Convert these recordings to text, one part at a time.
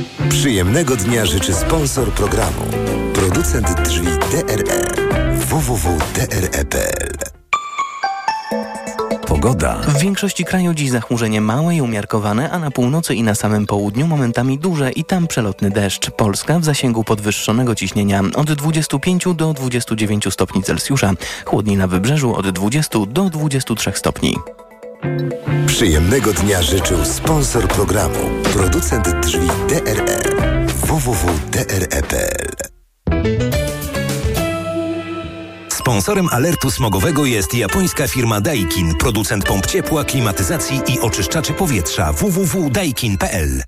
Przyjemnego dnia życzy sponsor programu. Producent drzwi DRE. www.dre.pl. Pogoda. W większości kraju dziś zachmurzenie małe i umiarkowane, a na północy i na samym południu momentami duże i tam przelotny deszcz. Polska w zasięgu podwyższonego ciśnienia od 25 do 29 stopni Celsjusza. Chłodniej na wybrzeżu od 20 do 23 stopni. Przyjemnego dnia życzył sponsor programu. Producent drzwi DRE. www.dre.pl. Sponsorem alertu smogowego jest japońska firma Daikin, producent pomp ciepła, klimatyzacji i oczyszczaczy powietrza. www.daikin.pl.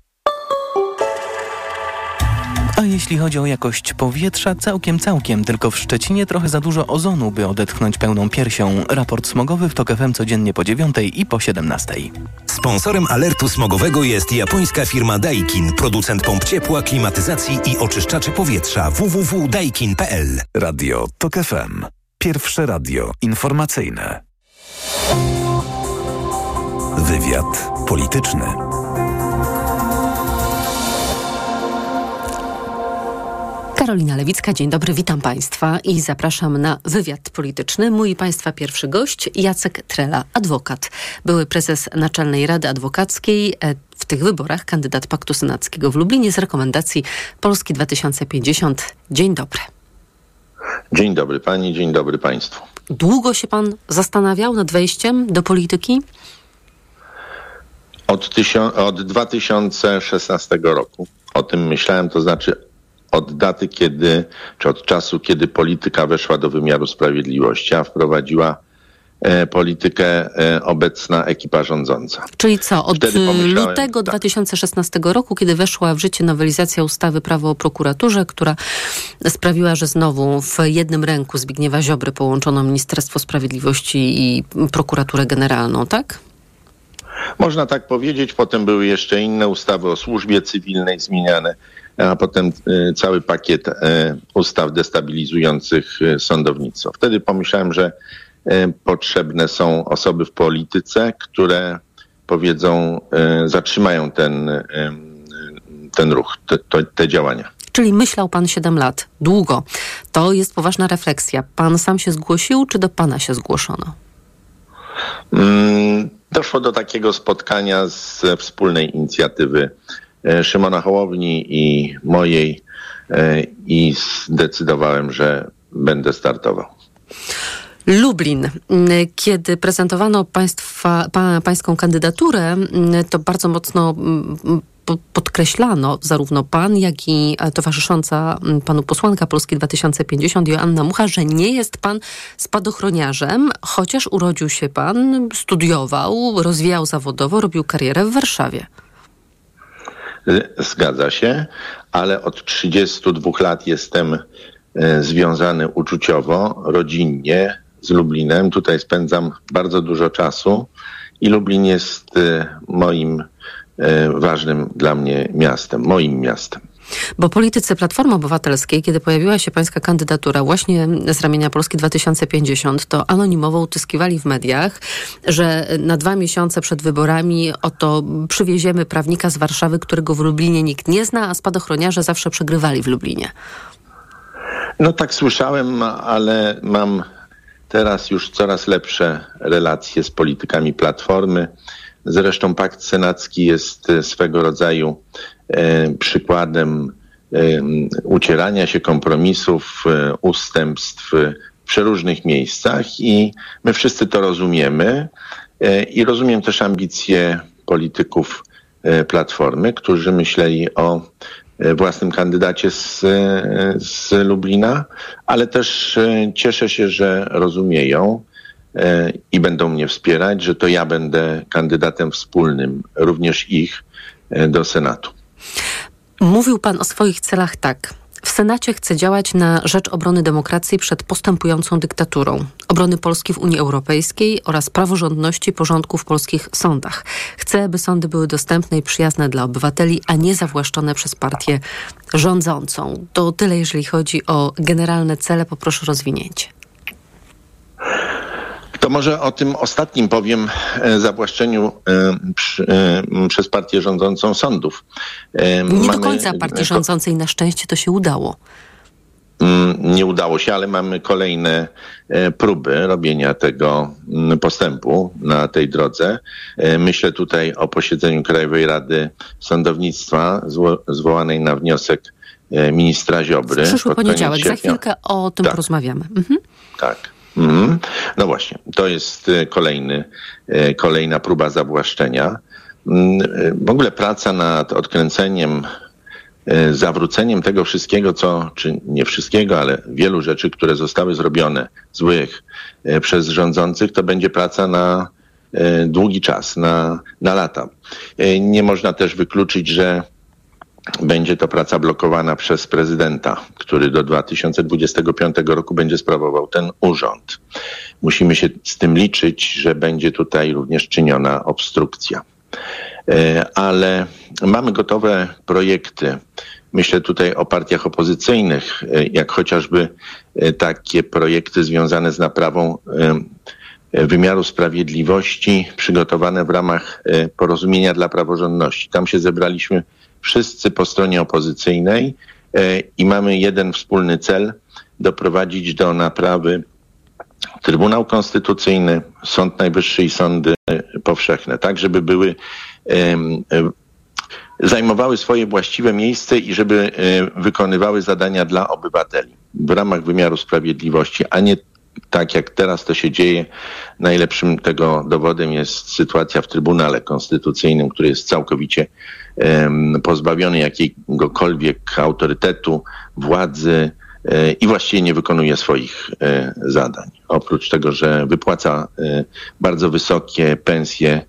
A jeśli chodzi o jakość powietrza, całkiem, tylko w Szczecinie trochę za dużo ozonu, by odetchnąć pełną piersią. Raport smogowy w TOK FM codziennie po 9 i po 17. Sponsorem alertu smogowego jest japońska firma Daikin, producent pomp ciepła, klimatyzacji i oczyszczaczy powietrza. www.daikin.pl. Radio TOK FM. Pierwsze radio informacyjne. Wywiad polityczny. Karolina Lewicka, dzień dobry, witam Państwa i zapraszam na wywiad polityczny. Mój Państwa pierwszy gość, Jacek Trela, adwokat, były prezes Naczelnej Rady Adwokackiej, w tych wyborach kandydat Paktu Senackiego w Lublinie z rekomendacji Polski 2050. Dzień dobry. Dzień dobry Pani, dzień dobry Państwu. Długo się Pan zastanawiał nad wejściem do polityki? Od 2016 roku o tym myślałem, to znaczy od daty, od czasu, kiedy polityka weszła do wymiaru sprawiedliwości, a wprowadziła politykę obecna ekipa rządząca. Czyli co, od lutego 2016 roku, kiedy weszła w życie nowelizacja ustawy Prawo o prokuraturze, która sprawiła, że znowu w jednym ręku Zbigniewa Ziobry połączono Ministerstwo Sprawiedliwości i Prokuraturę Generalną, tak? Można tak powiedzieć. Potem były jeszcze inne ustawy o służbie cywilnej zmieniane, a potem cały pakiet ustaw destabilizujących sądownictwo. Wtedy pomyślałem, że potrzebne są osoby w polityce, które powiedzą, zatrzymają ten ruch, te działania. Czyli myślał Pan 7 lat. Długo. To jest poważna refleksja. Pan sam się zgłosił, czy do Pana się zgłoszono? Doszło do takiego spotkania z wspólnej inicjatywy Szymona Hołowni i mojej i zdecydowałem, że będę startował. Lublin. Kiedy prezentowano pańską kandydaturę, to bardzo mocno podkreślano zarówno pan, jak i towarzysząca panu posłanka Polski 2050 Joanna Mucha, że nie jest pan spadochroniarzem, chociaż urodził się pan, studiował, rozwijał zawodowo, robił karierę w Warszawie. Zgadza się, ale od 32 lat jestem związany uczuciowo, rodzinnie z Lublinem. Tutaj spędzam bardzo dużo czasu i Lublin jest moim ważnym dla mnie miastem, moim miastem. Bo politycy Platformy Obywatelskiej, kiedy pojawiła się pańska kandydatura właśnie z ramienia Polski 2050, to anonimowo utyskiwali w mediach, że na 2 miesiące przed wyborami oto przywieziemy prawnika z Warszawy, którego w Lublinie nikt nie zna, a spadochroniarze zawsze przegrywali w Lublinie. No tak słyszałem, ale mam teraz już coraz lepsze relacje z politykami Platformy. Zresztą Pakt Senacki jest swego rodzaju przykładem ucierania się kompromisów, ustępstw w przeróżnych miejscach i my wszyscy to rozumiemy i rozumiem też ambicje polityków Platformy, którzy myśleli o własnym kandydacie z Lublina, ale też cieszę się, że rozumieją i będą mnie wspierać, że to ja będę kandydatem wspólnym, również ich, do Senatu. Mówił pan o swoich celach tak. W Senacie chcę działać na rzecz obrony demokracji przed postępującą dyktaturą, obrony Polski w Unii Europejskiej oraz praworządności porządku w polskich sądach. Chcę, by sądy były dostępne i przyjazne dla obywateli, a nie zawłaszczone przez partię rządzącą. To tyle, jeżeli chodzi o generalne cele. Poproszę o rozwinięcie. To może o tym ostatnim powiem, zawłaszczeniu przez partię rządzącą sądów. Nie do końca partii rządzącej, na szczęście to się udało. Nie udało się, ale mamy kolejne próby robienia tego postępu na tej drodze. Myślę tutaj o posiedzeniu Krajowej Rady Sądownictwa zwołanej na wniosek ministra Ziobry. Przyszły poniedziałek, za chwilkę o tym porozmawiamy. Tak. No właśnie, to jest kolejna próba zawłaszczenia. W ogóle praca nad odkręceniem, zawróceniem tego wszystkiego, czy nie wszystkiego, ale wielu rzeczy, które zostały zrobione złych przez rządzących, to będzie praca na długi czas, na lata. Nie można też wykluczyć, że będzie to praca blokowana przez prezydenta, który do 2025 roku będzie sprawował ten urząd. Musimy się z tym liczyć, że będzie tutaj również czyniona obstrukcja. Ale mamy gotowe projekty. Myślę tutaj o partiach opozycyjnych, jak chociażby takie projekty związane z naprawą wymiaru sprawiedliwości przygotowane w ramach Porozumienia dla Praworządności. Tam się zebraliśmy wszyscy po stronie opozycyjnej i mamy jeden wspólny cel: doprowadzić do naprawy Trybunał Konstytucyjny, Sąd Najwyższy i sądy powszechne, tak żeby zajmowały swoje właściwe miejsce i żeby wykonywały zadania dla obywateli w ramach wymiaru sprawiedliwości, a nie tak jak teraz to się dzieje. Najlepszym tego dowodem jest sytuacja w Trybunale Konstytucyjnym, który jest całkowicie pozbawiony jakiegokolwiek autorytetu, władzy i właściwie nie wykonuje swoich zadań. Oprócz tego, że wypłaca bardzo wysokie pensje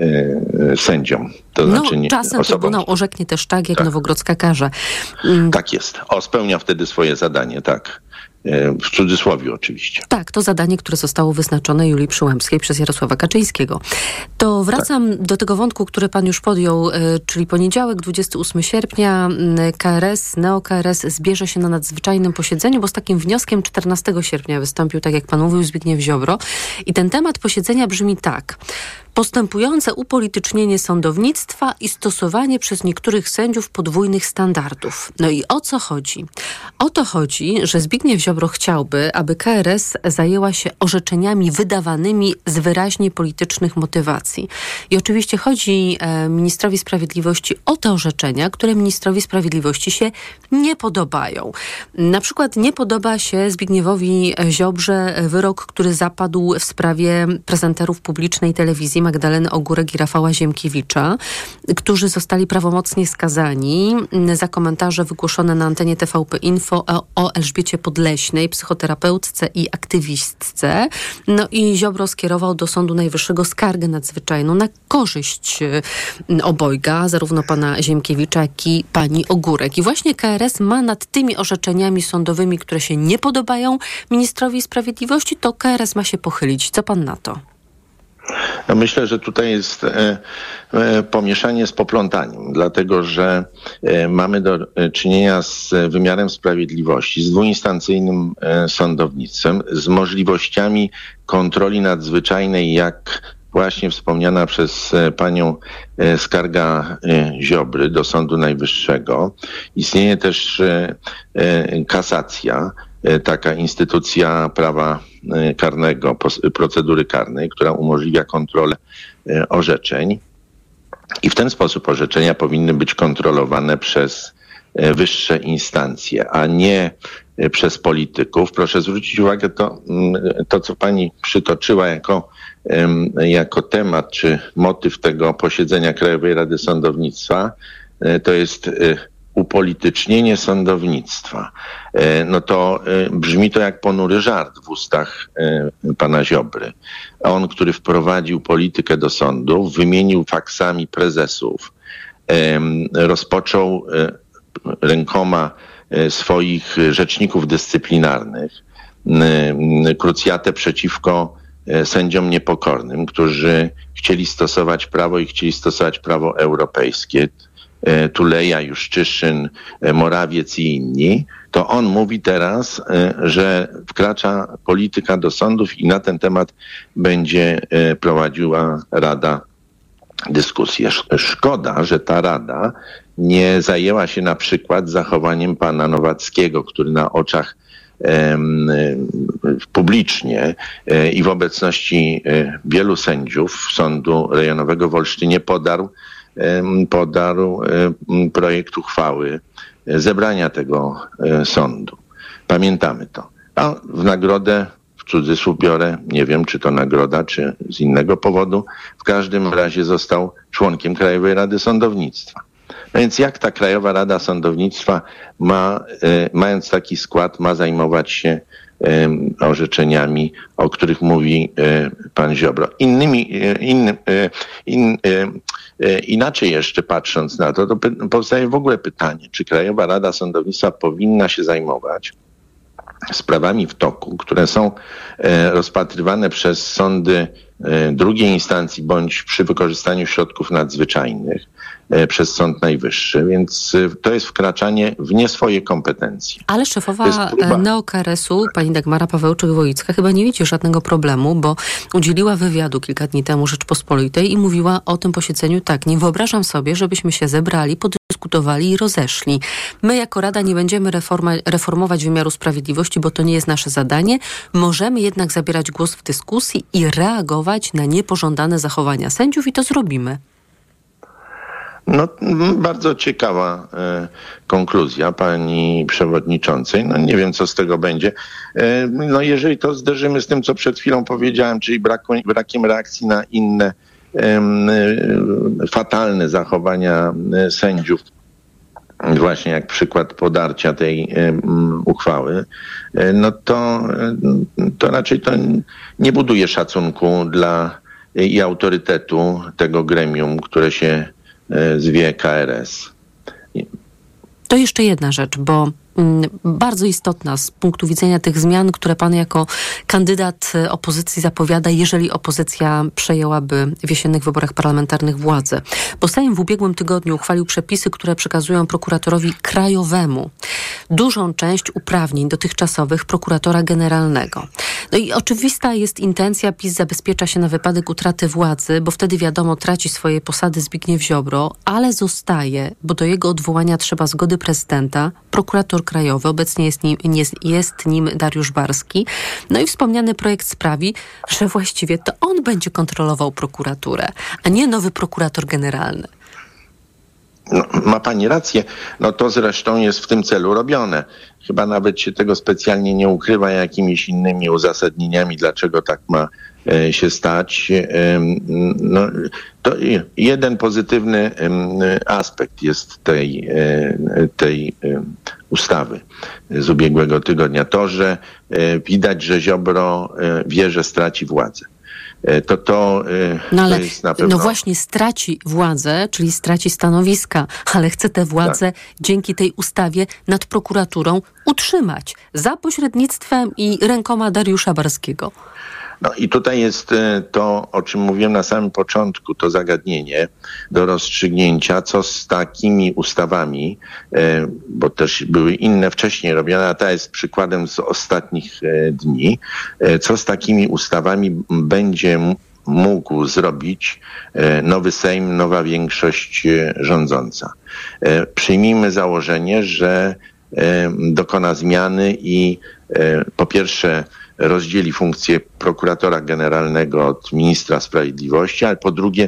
sędziom. To znaczy czasem Trybunał orzeknie też tak, jak Nowogrodzka każe. Tak jest. Spełnia wtedy swoje zadanie, tak. W cudzysłowie oczywiście. Tak, to zadanie, które zostało wyznaczone Julii Przyłębskiej przez Jarosława Kaczyńskiego. To wracam do tego wątku, który pan już podjął, czyli poniedziałek, 28 sierpnia, Neo-KRS zbierze się na nadzwyczajnym posiedzeniu, bo z takim wnioskiem 14 sierpnia wystąpił, tak jak pan mówił, Zbigniew Ziobro. I ten temat posiedzenia brzmi tak: postępujące upolitycznienie sądownictwa i stosowanie przez niektórych sędziów podwójnych standardów. No i o co chodzi? O to chodzi, że Zbigniew Ziobro chciałby, aby KRS zajęła się orzeczeniami wydawanymi z wyraźnie politycznych motywacji. I oczywiście chodzi ministrowi sprawiedliwości o te orzeczenia, które ministrowi sprawiedliwości się nie podobają. Na przykład nie podoba się Zbigniewowi Ziobrze wyrok, który zapadł w sprawie prezenterów publicznej telewizji Magdaleny Ogórek i Rafała Ziemkiewicza, którzy zostali prawomocnie skazani za komentarze wygłoszone na antenie TVP Info o Elżbiecie Podleśnej, psychoterapeutce i aktywistce. No i Ziobro skierował do Sądu Najwyższego skargę nadzwyczajną na korzyść obojga, zarówno pana Ziemkiewicza, jak i pani Ogórek. I właśnie KRS ma nad tymi orzeczeniami sądowymi, które się nie podobają ministrowi sprawiedliwości, to KRS ma się pochylić. Co pan na to? Myślę, że tutaj jest pomieszanie z poplątaniem, dlatego że mamy do czynienia z wymiarem sprawiedliwości, z dwuinstancyjnym sądownictwem, z możliwościami kontroli nadzwyczajnej, jak właśnie wspomniana przez panią skarga Ziobry do Sądu Najwyższego. Istnieje też kasacja, taka instytucja prawa karnego, procedury karnej, która umożliwia kontrolę orzeczeń. I w ten sposób orzeczenia powinny być kontrolowane przez wyższe instancje, a nie przez polityków. Proszę zwrócić uwagę, to co pani przytoczyła jako temat czy motyw tego posiedzenia Krajowej Rady Sądownictwa, to jest upolitycznienie sądownictwa. No to brzmi to jak ponury żart w ustach pana Ziobry. On, który wprowadził politykę do sądów, wymienił faksami prezesów, rozpoczął rękoma swoich rzeczników dyscyplinarnych krucjatę przeciwko sędziom niepokornym, którzy chcieli stosować prawo i chcieli stosować prawo europejskie. Tuleja, Juszczyszyn, Morawiec i inni, to on mówi teraz, że wkracza polityka do sądów i na ten temat będzie prowadziła Rada dyskusję. Szkoda, że ta Rada nie zajęła się na przykład zachowaniem pana Nowackiego, który na oczach publicznie i w obecności wielu sędziów Sądu Rejonowego w Olsztynie podarł projekt uchwały zebrania tego sądu. Pamiętamy to. A w nagrodę, w cudzysłów biorę, nie wiem, czy to nagroda, czy z innego powodu, w każdym razie został członkiem Krajowej Rady Sądownictwa. No więc jak ta Krajowa Rada Sądownictwa mając taki skład, ma zajmować się orzeczeniami, o których mówi pan Ziobro. Inaczej jeszcze patrząc na to powstaje w ogóle pytanie, czy Krajowa Rada Sądownictwa powinna się zajmować sprawami w toku, które są rozpatrywane przez sądy drugiej instancji bądź przy wykorzystaniu środków nadzwyczajnych przez Sąd Najwyższy, więc to jest wkraczanie w nie swoje kompetencje. Ale szefowa Neo-KRS-u, pani Dagmara Pawełczyk-Wojicka, chyba nie widzi żadnego problemu, bo udzieliła wywiadu kilka dni temu Rzeczpospolitej i mówiła o tym posiedzeniu tak: nie wyobrażam sobie, żebyśmy się zebrali, podyskutowali i rozeszli. My jako Rada nie będziemy reformować wymiaru sprawiedliwości, bo to nie jest nasze zadanie. Możemy jednak zabierać głos w dyskusji i reagować na niepożądane zachowania sędziów i to zrobimy. No, bardzo ciekawa konkluzja pani przewodniczącej. No, nie wiem, co z tego będzie. No, jeżeli to zderzymy z tym, co przed chwilą powiedziałem, czyli brakiem reakcji na inne fatalne zachowania sędziów, właśnie jak przykład podarcia tej uchwały, no to raczej to nie buduje szacunku dla i autorytetu tego gremium, które się zwie KRS. To jeszcze jedna rzecz, bo bardzo istotna z punktu widzenia tych zmian, które pan jako kandydat opozycji zapowiada, jeżeli opozycja przejęłaby w jesiennych wyborach parlamentarnych władzę. Bo Sejm w ubiegłym tygodniu uchwalił przepisy, które przekazują prokuratorowi krajowemu dużą część uprawnień dotychczasowych prokuratora generalnego. No i oczywista jest intencja, PiS zabezpiecza się na wypadek utraty władzy, bo wtedy wiadomo, traci swoje posady Zbigniew Ziobro, ale zostaje, bo do jego odwołania trzeba zgody prezydenta, prokurator krajowy, obecnie jest nim Dariusz Barski. No i wspomniany projekt sprawi, że właściwie to on będzie kontrolował prokuraturę, a nie nowy prokurator generalny. No, ma pani rację. No to zresztą jest w tym celu robione. Chyba nawet się tego specjalnie nie ukrywa jakimiś innymi uzasadnieniami, dlaczego tak ma się stać. No, to jeden pozytywny aspekt jest tej ustawy z ubiegłego tygodnia. To, że widać, że Ziobro wie, że straci władzę. To jest na pewno... No właśnie straci władzę, czyli straci stanowiska, ale chce tę władzę dzięki tej ustawie nad prokuraturą utrzymać za pośrednictwem i rękoma Dariusza Barskiego. No i tutaj jest to, o czym mówiłem na samym początku, to zagadnienie do rozstrzygnięcia, co z takimi ustawami, bo też były inne wcześniej robione, a ta jest przykładem z ostatnich dni, co z takimi ustawami będzie mógł zrobić nowy Sejm, nowa większość rządząca. Przyjmijmy założenie, że dokona zmiany i po pierwsze rozdzieli funkcję prokuratora generalnego od ministra sprawiedliwości, ale po drugie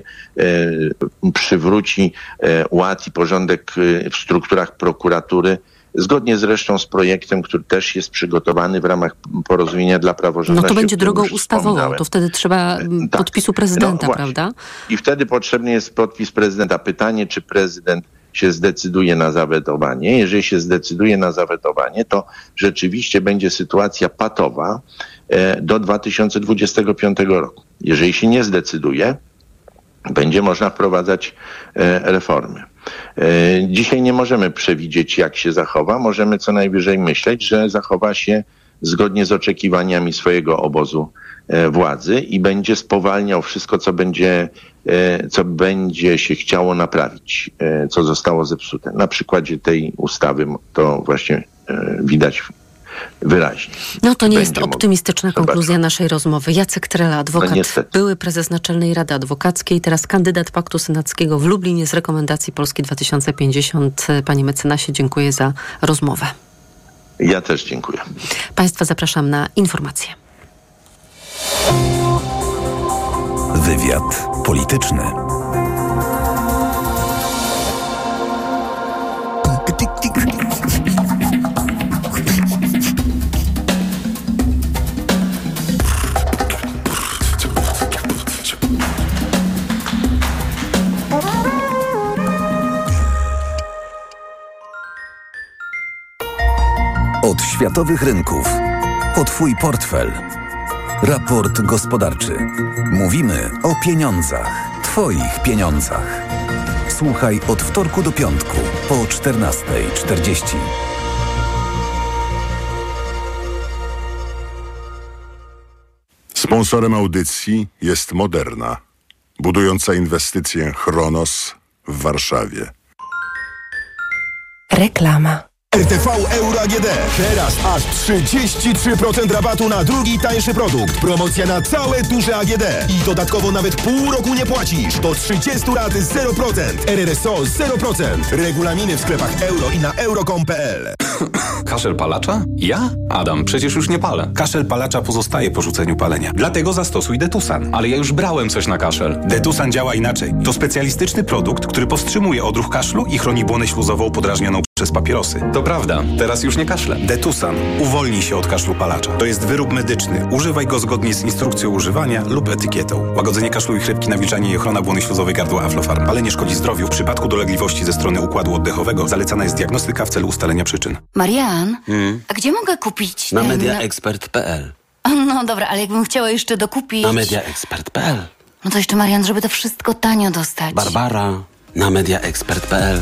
przywróci ład i porządek w strukturach prokuratury, zgodnie zresztą z projektem, który też jest przygotowany w ramach porozumienia dla praworządności. No to będzie drogą ustawową, to wtedy trzeba podpisu prezydenta, prawda? I wtedy potrzebny jest podpis prezydenta. Pytanie, czy prezydent się zdecyduje na zawetowanie. Jeżeli się zdecyduje na zawetowanie, to rzeczywiście będzie sytuacja patowa do 2025 roku. Jeżeli się nie zdecyduje, będzie można wprowadzać reformy. Dzisiaj nie możemy przewidzieć, jak się zachowa. Możemy co najwyżej myśleć, że zachowa się zgodnie z oczekiwaniami swojego obozu władzy i będzie spowalniał wszystko, co będzie się chciało naprawić, co zostało zepsute. Na przykładzie tej ustawy to właśnie widać wyraźnie. No to nie jest optymistyczna konkluzja naszej rozmowy. Jacek Trela, adwokat, były prezes Naczelnej Rady Adwokackiej, teraz kandydat Paktu Senackiego w Lublinie z rekomendacji Polski 2050. Panie mecenasie, dziękuję za rozmowę. Ja też dziękuję. Państwa zapraszam na informacje. Wywiad polityczny. Od światowych rynków po Twój portfel. Raport gospodarczy. Mówimy o pieniądzach. Twoich pieniądzach. Słuchaj od wtorku do piątku po 14:40. Sponsorem audycji jest Moderna, budująca inwestycję Chronos w Warszawie. Reklama. RTV Euro AGD. Teraz aż 33% rabatu na drugi tańszy produkt. Promocja na całe duże AGD. I dodatkowo nawet pół roku nie płacisz. Do 30 lat 0%. RRSO 0%. Regulaminy w sklepach euro i na euro.com.pl. Kaszel palacza? Ja? Adam, przecież już nie palę. Kaszel palacza pozostaje po rzuceniu palenia. Dlatego zastosuj Detusan. Ale ja już brałem coś na kaszel. Detusan działa inaczej. To specjalistyczny produkt, który powstrzymuje odruch kaszlu i chroni błonę śluzową podrażnioną przez papierosy. To prawda, teraz już nie kaszlę. Detusan. Uwolnij się od kaszlu palacza. To jest wyrób medyczny. Używaj go zgodnie z instrukcją używania lub etykietą. Łagodzenie kaszlu i chrypki, nawilżanie i ochrona błony śluzowej gardła Aflofarm. Palenie szkodzi zdrowiu. W przypadku dolegliwości ze strony układu oddechowego zalecana jest diagnostyka w celu ustalenia przyczyn. Marian, a gdzie mogę kupić Na mediaexpert.pl. No dobra, ale jakbym chciała jeszcze dokupić... Na mediaexpert.pl. No to jeszcze, Marian, żeby to wszystko tanio dostać. Barbara, na mediaexpert.pl.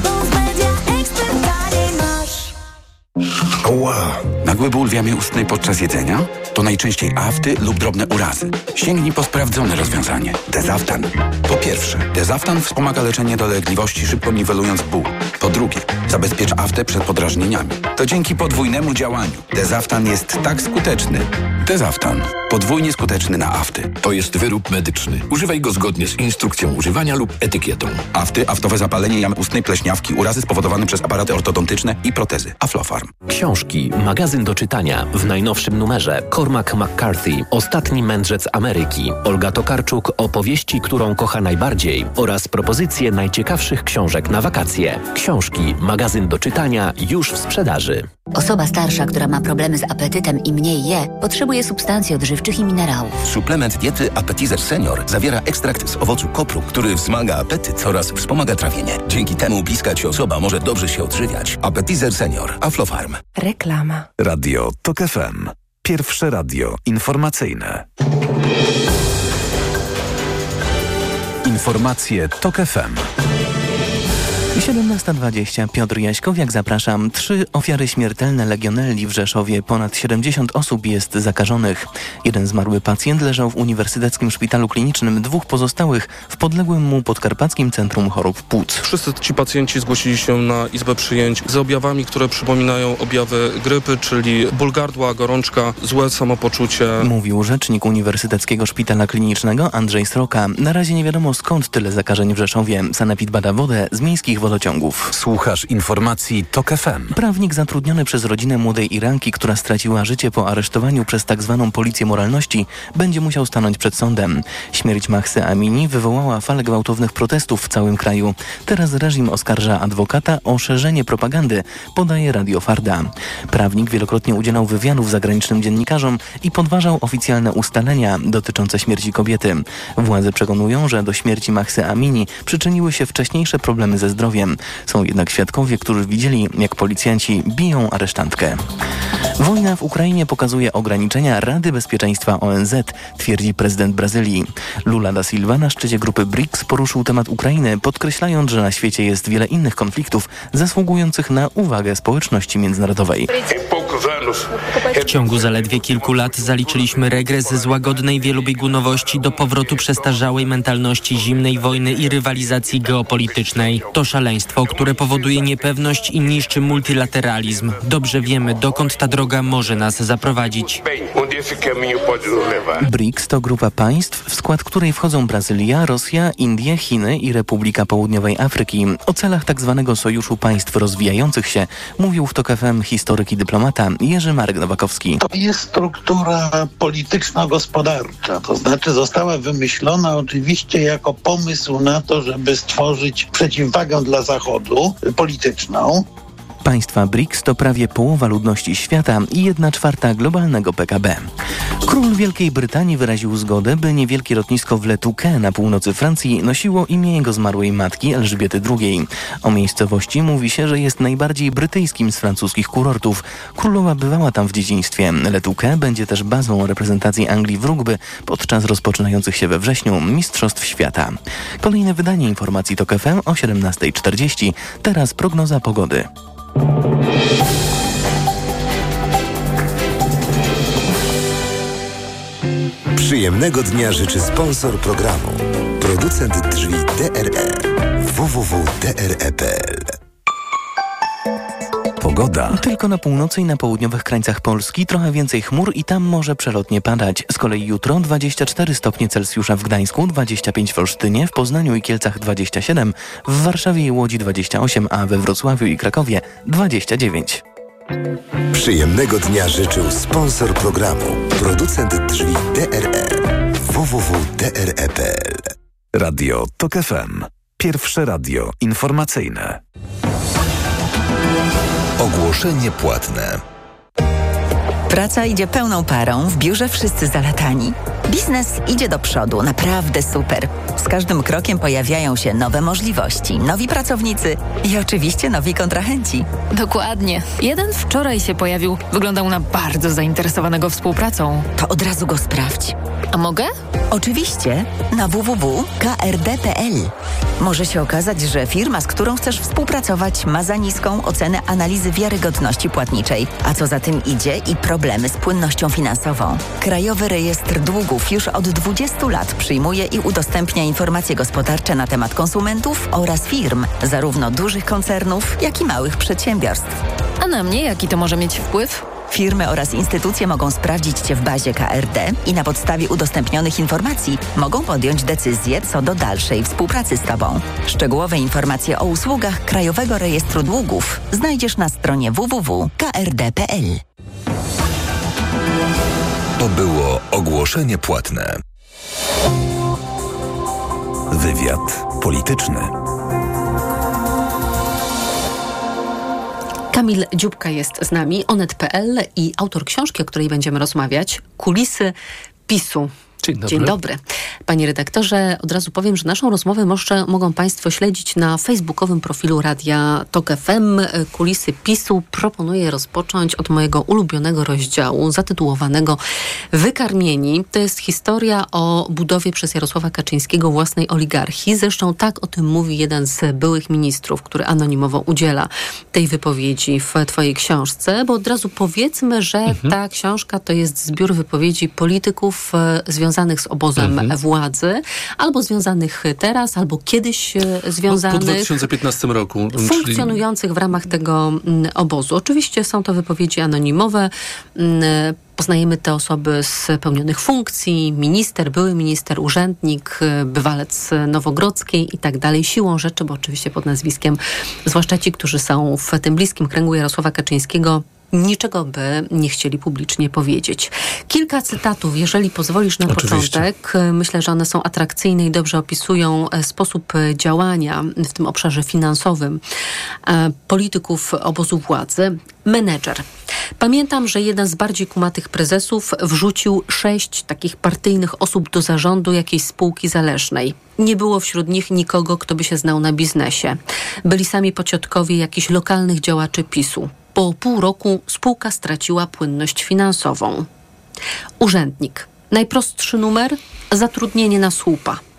Ała! Nagły ból w jamie ustnej podczas jedzenia? To najczęściej afty lub drobne urazy. Sięgnij po sprawdzone rozwiązanie. Dezaftan. Po pierwsze, Dezaftan wspomaga leczenie dolegliwości, szybko niwelując ból. Po drugie, zabezpiecz aftę przed podrażnieniami. To dzięki podwójnemu działaniu. Dezaftan jest tak skuteczny. Dezaftan. Podwójnie skuteczny na afty. To jest wyrób medyczny. Używaj go zgodnie z instrukcją używania lub etykietą. Afty, aftowe zapalenie jamy ustnej, pleśniawki, urazy spowodowane przez aparaty ortodontyczne i protezy. Aflofarm. Książki, magazyn do czytania. W najnowszym numerze Cormac McCarthy, Ostatni mędrzec Ameryki. Olga Tokarczuk, opowieści, którą kocha najbardziej oraz propozycje najciekawszych książek na wakacje. Książki, magazyn do czytania już w sprzedaży. Osoba starsza, która ma problemy z apetytem i mniej je, potrzebuje substancji odżywczych i minerałów. Suplement diety Appetizer Senior zawiera ekstrakt z owocu kopru, który wzmaga apetyt oraz wspomaga trawienie. Dzięki temu bliska ci osoba może dobrze się odżywiać. Appetizer Senior. Aflofarm. Reklama. Radio TOK FM. Pierwsze radio informacyjne. Informacje TOK FM. 17:20. Piotr Jaśkowiak, zapraszam. 3 ofiary śmiertelne legionelli w Rzeszowie. Ponad 70 osób jest zakażonych. Jeden zmarły pacjent leżał w Uniwersyteckim Szpitalu Klinicznym, 2 pozostałych w podległym mu Podkarpackim Centrum Chorób Płuc. Wszyscy ci pacjenci zgłosili się na izbę przyjęć z objawami, które przypominają objawy grypy, czyli ból gardła, gorączka, złe samopoczucie. Mówił rzecznik Uniwersyteckiego Szpitala Klinicznego Andrzej Sroka. Na razie nie wiadomo, skąd tyle zakażeń w Rzeszowie. Sanepid bada wodę z miejskich wodociągów. Słuchasz informacji TOK FM. Prawnik zatrudniony przez rodzinę młodej Iranki, która straciła życie po aresztowaniu przez tzw. policję moralności, będzie musiał stanąć przed sądem. Śmierć Mahsy Amini wywołała falę gwałtownych protestów w całym kraju. Teraz reżim oskarża adwokata o szerzenie propagandy, podaje Radio Farda. Prawnik wielokrotnie udzielał wywiadów zagranicznym dziennikarzom i podważał oficjalne ustalenia dotyczące śmierci kobiety. Władze przekonują, że do śmierci Mahsy Amini przyczyniły się wcześniejsze problemy ze zdrowiem. Są jednak świadkowie, którzy widzieli, jak policjanci biją aresztantkę. Wojna w Ukrainie pokazuje ograniczenia Rady Bezpieczeństwa ONZ, twierdzi prezydent Brazylii. Lula da Silva na szczycie grupy BRICS poruszył temat Ukrainy, podkreślając, że na świecie jest wiele innych konfliktów zasługujących na uwagę społeczności międzynarodowej. W ciągu zaledwie kilku lat zaliczyliśmy regres z łagodnej wielobiegunowości do powrotu przestarzałej mentalności zimnej wojny i rywalizacji geopolitycznej. To szaleństwo, które powoduje niepewność i niszczy multilateralizm. Dobrze wiemy, dokąd ta droga może nas zaprowadzić. BRICS to grupa państw, w skład której wchodzą Brazylia, Rosja, Indie, Chiny i Republika Południowej Afryki. O celach tzw. Sojuszu Państw Rozwijających się mówił w TOK FM historyk i dyplomata Jerzy Marek Nowakowski. To jest struktura polityczno-gospodarcza, to znaczy została wymyślona oczywiście jako pomysł na to, żeby stworzyć przeciwwagę dla Zachodu polityczną. Państwa BRICS to prawie połowa ludności świata i 1/4 globalnego PKB. Król Wielkiej Brytanii wyraził zgodę, by niewielkie lotnisko w Le Touquet na północy Francji nosiło imię jego zmarłej matki Elżbiety II. O miejscowości mówi się, że jest najbardziej brytyjskim z francuskich kurortów. Królowa bywała tam w dzieciństwie. Le Touquet będzie też bazą reprezentacji Anglii w rugby podczas rozpoczynających się we wrześniu Mistrzostw Świata. Kolejne wydanie informacji TOK FM o 17:40. Teraz prognoza pogody. Przyjemnego dnia życzy sponsor programu. Producent drzwi DRE. www.dre.pl. Pogoda. Tylko na północy i na południowych krańcach Polski trochę więcej chmur i tam może przelotnie padać. Z kolei jutro 24 stopnie Celsjusza w Gdańsku, 25 w Olsztynie, w Poznaniu i Kielcach 27, w Warszawie i Łodzi 28, a we Wrocławiu i Krakowie 29. Przyjemnego dnia życzył sponsor programu. Producent drzwi DRE. www.dre.pl. Radio TOK FM. Pierwsze radio informacyjne. Ogłoszenie płatne. Praca idzie pełną parą, w biurze wszyscy zalatani. Biznes idzie do przodu, naprawdę super. Z każdym krokiem pojawiają się nowe możliwości, nowi pracownicy i oczywiście nowi kontrahenci. Dokładnie. Jeden wczoraj się pojawił. Wyglądał na bardzo zainteresowanego współpracą. To od razu go sprawdź. A mogę? Oczywiście, na www.krd.pl. Może się okazać, że firma, z którą chcesz współpracować, ma za niską ocenę analizy wiarygodności płatniczej, a co za tym idzie i problemy z płynnością finansową. Krajowy Rejestr Długów już od 20 lat przyjmuje i udostępnia informacje gospodarcze na temat konsumentów oraz firm, zarówno dużych koncernów, jak i małych przedsiębiorstw. A na mnie jaki to może mieć wpływ? Firmy oraz instytucje mogą sprawdzić Cię w bazie KRD i na podstawie udostępnionych informacji mogą podjąć decyzję co do dalszej współpracy z Tobą. Szczegółowe informacje o usługach Krajowego Rejestru Długów znajdziesz na stronie www.krd.pl. To było ogłoszenie płatne. Wywiad polityczny. Kamil Dziubka jest z nami, Onet.pl i autor książki, o której będziemy rozmawiać, Kulisy PiS-u. Dzień dobry. Dzień dobry. Panie redaktorze, od razu powiem, że naszą rozmowę mogą Państwo śledzić na facebookowym profilu Radia TOK FM. Kulisy PiS-u proponuję rozpocząć od mojego ulubionego rozdziału zatytułowanego Wykarmieni. To jest historia o budowie przez Jarosława Kaczyńskiego własnej oligarchii. Zresztą tak o tym mówi jeden z byłych ministrów, który anonimowo udziela tej wypowiedzi w Twojej książce, bo od razu powiedzmy, że ta książka to jest zbiór wypowiedzi polityków związanych z obozem władzy, albo związanych teraz, albo kiedyś związanych. Po 2015 roku. Funkcjonujących w ramach tego obozu. Oczywiście są to wypowiedzi anonimowe. Poznajemy te osoby z pełnionych funkcji, minister, były minister, urzędnik, bywalec Nowogrodzkiej i tak dalej. Siłą rzeczy, bo oczywiście pod nazwiskiem, zwłaszcza ci, którzy są w tym bliskim kręgu Jarosława Kaczyńskiego, niczego by nie chcieli publicznie powiedzieć. Kilka cytatów, jeżeli pozwolisz na początek. Myślę, że one są atrakcyjne i dobrze opisują sposób działania w tym obszarze finansowym polityków obozu władzy. Menedżer. Pamiętam, że jeden z bardziej kumatych prezesów wrzucił 6 takich partyjnych osób do zarządu jakiejś spółki zależnej. Nie było wśród nich nikogo, kto by się znał na biznesie. Byli sami pociotkowie jakichś lokalnych działaczy PiS-u. Po pół roku spółka straciła płynność finansową. Urzędnik. Najprostszy numer? Zatrudnienie na słupa. W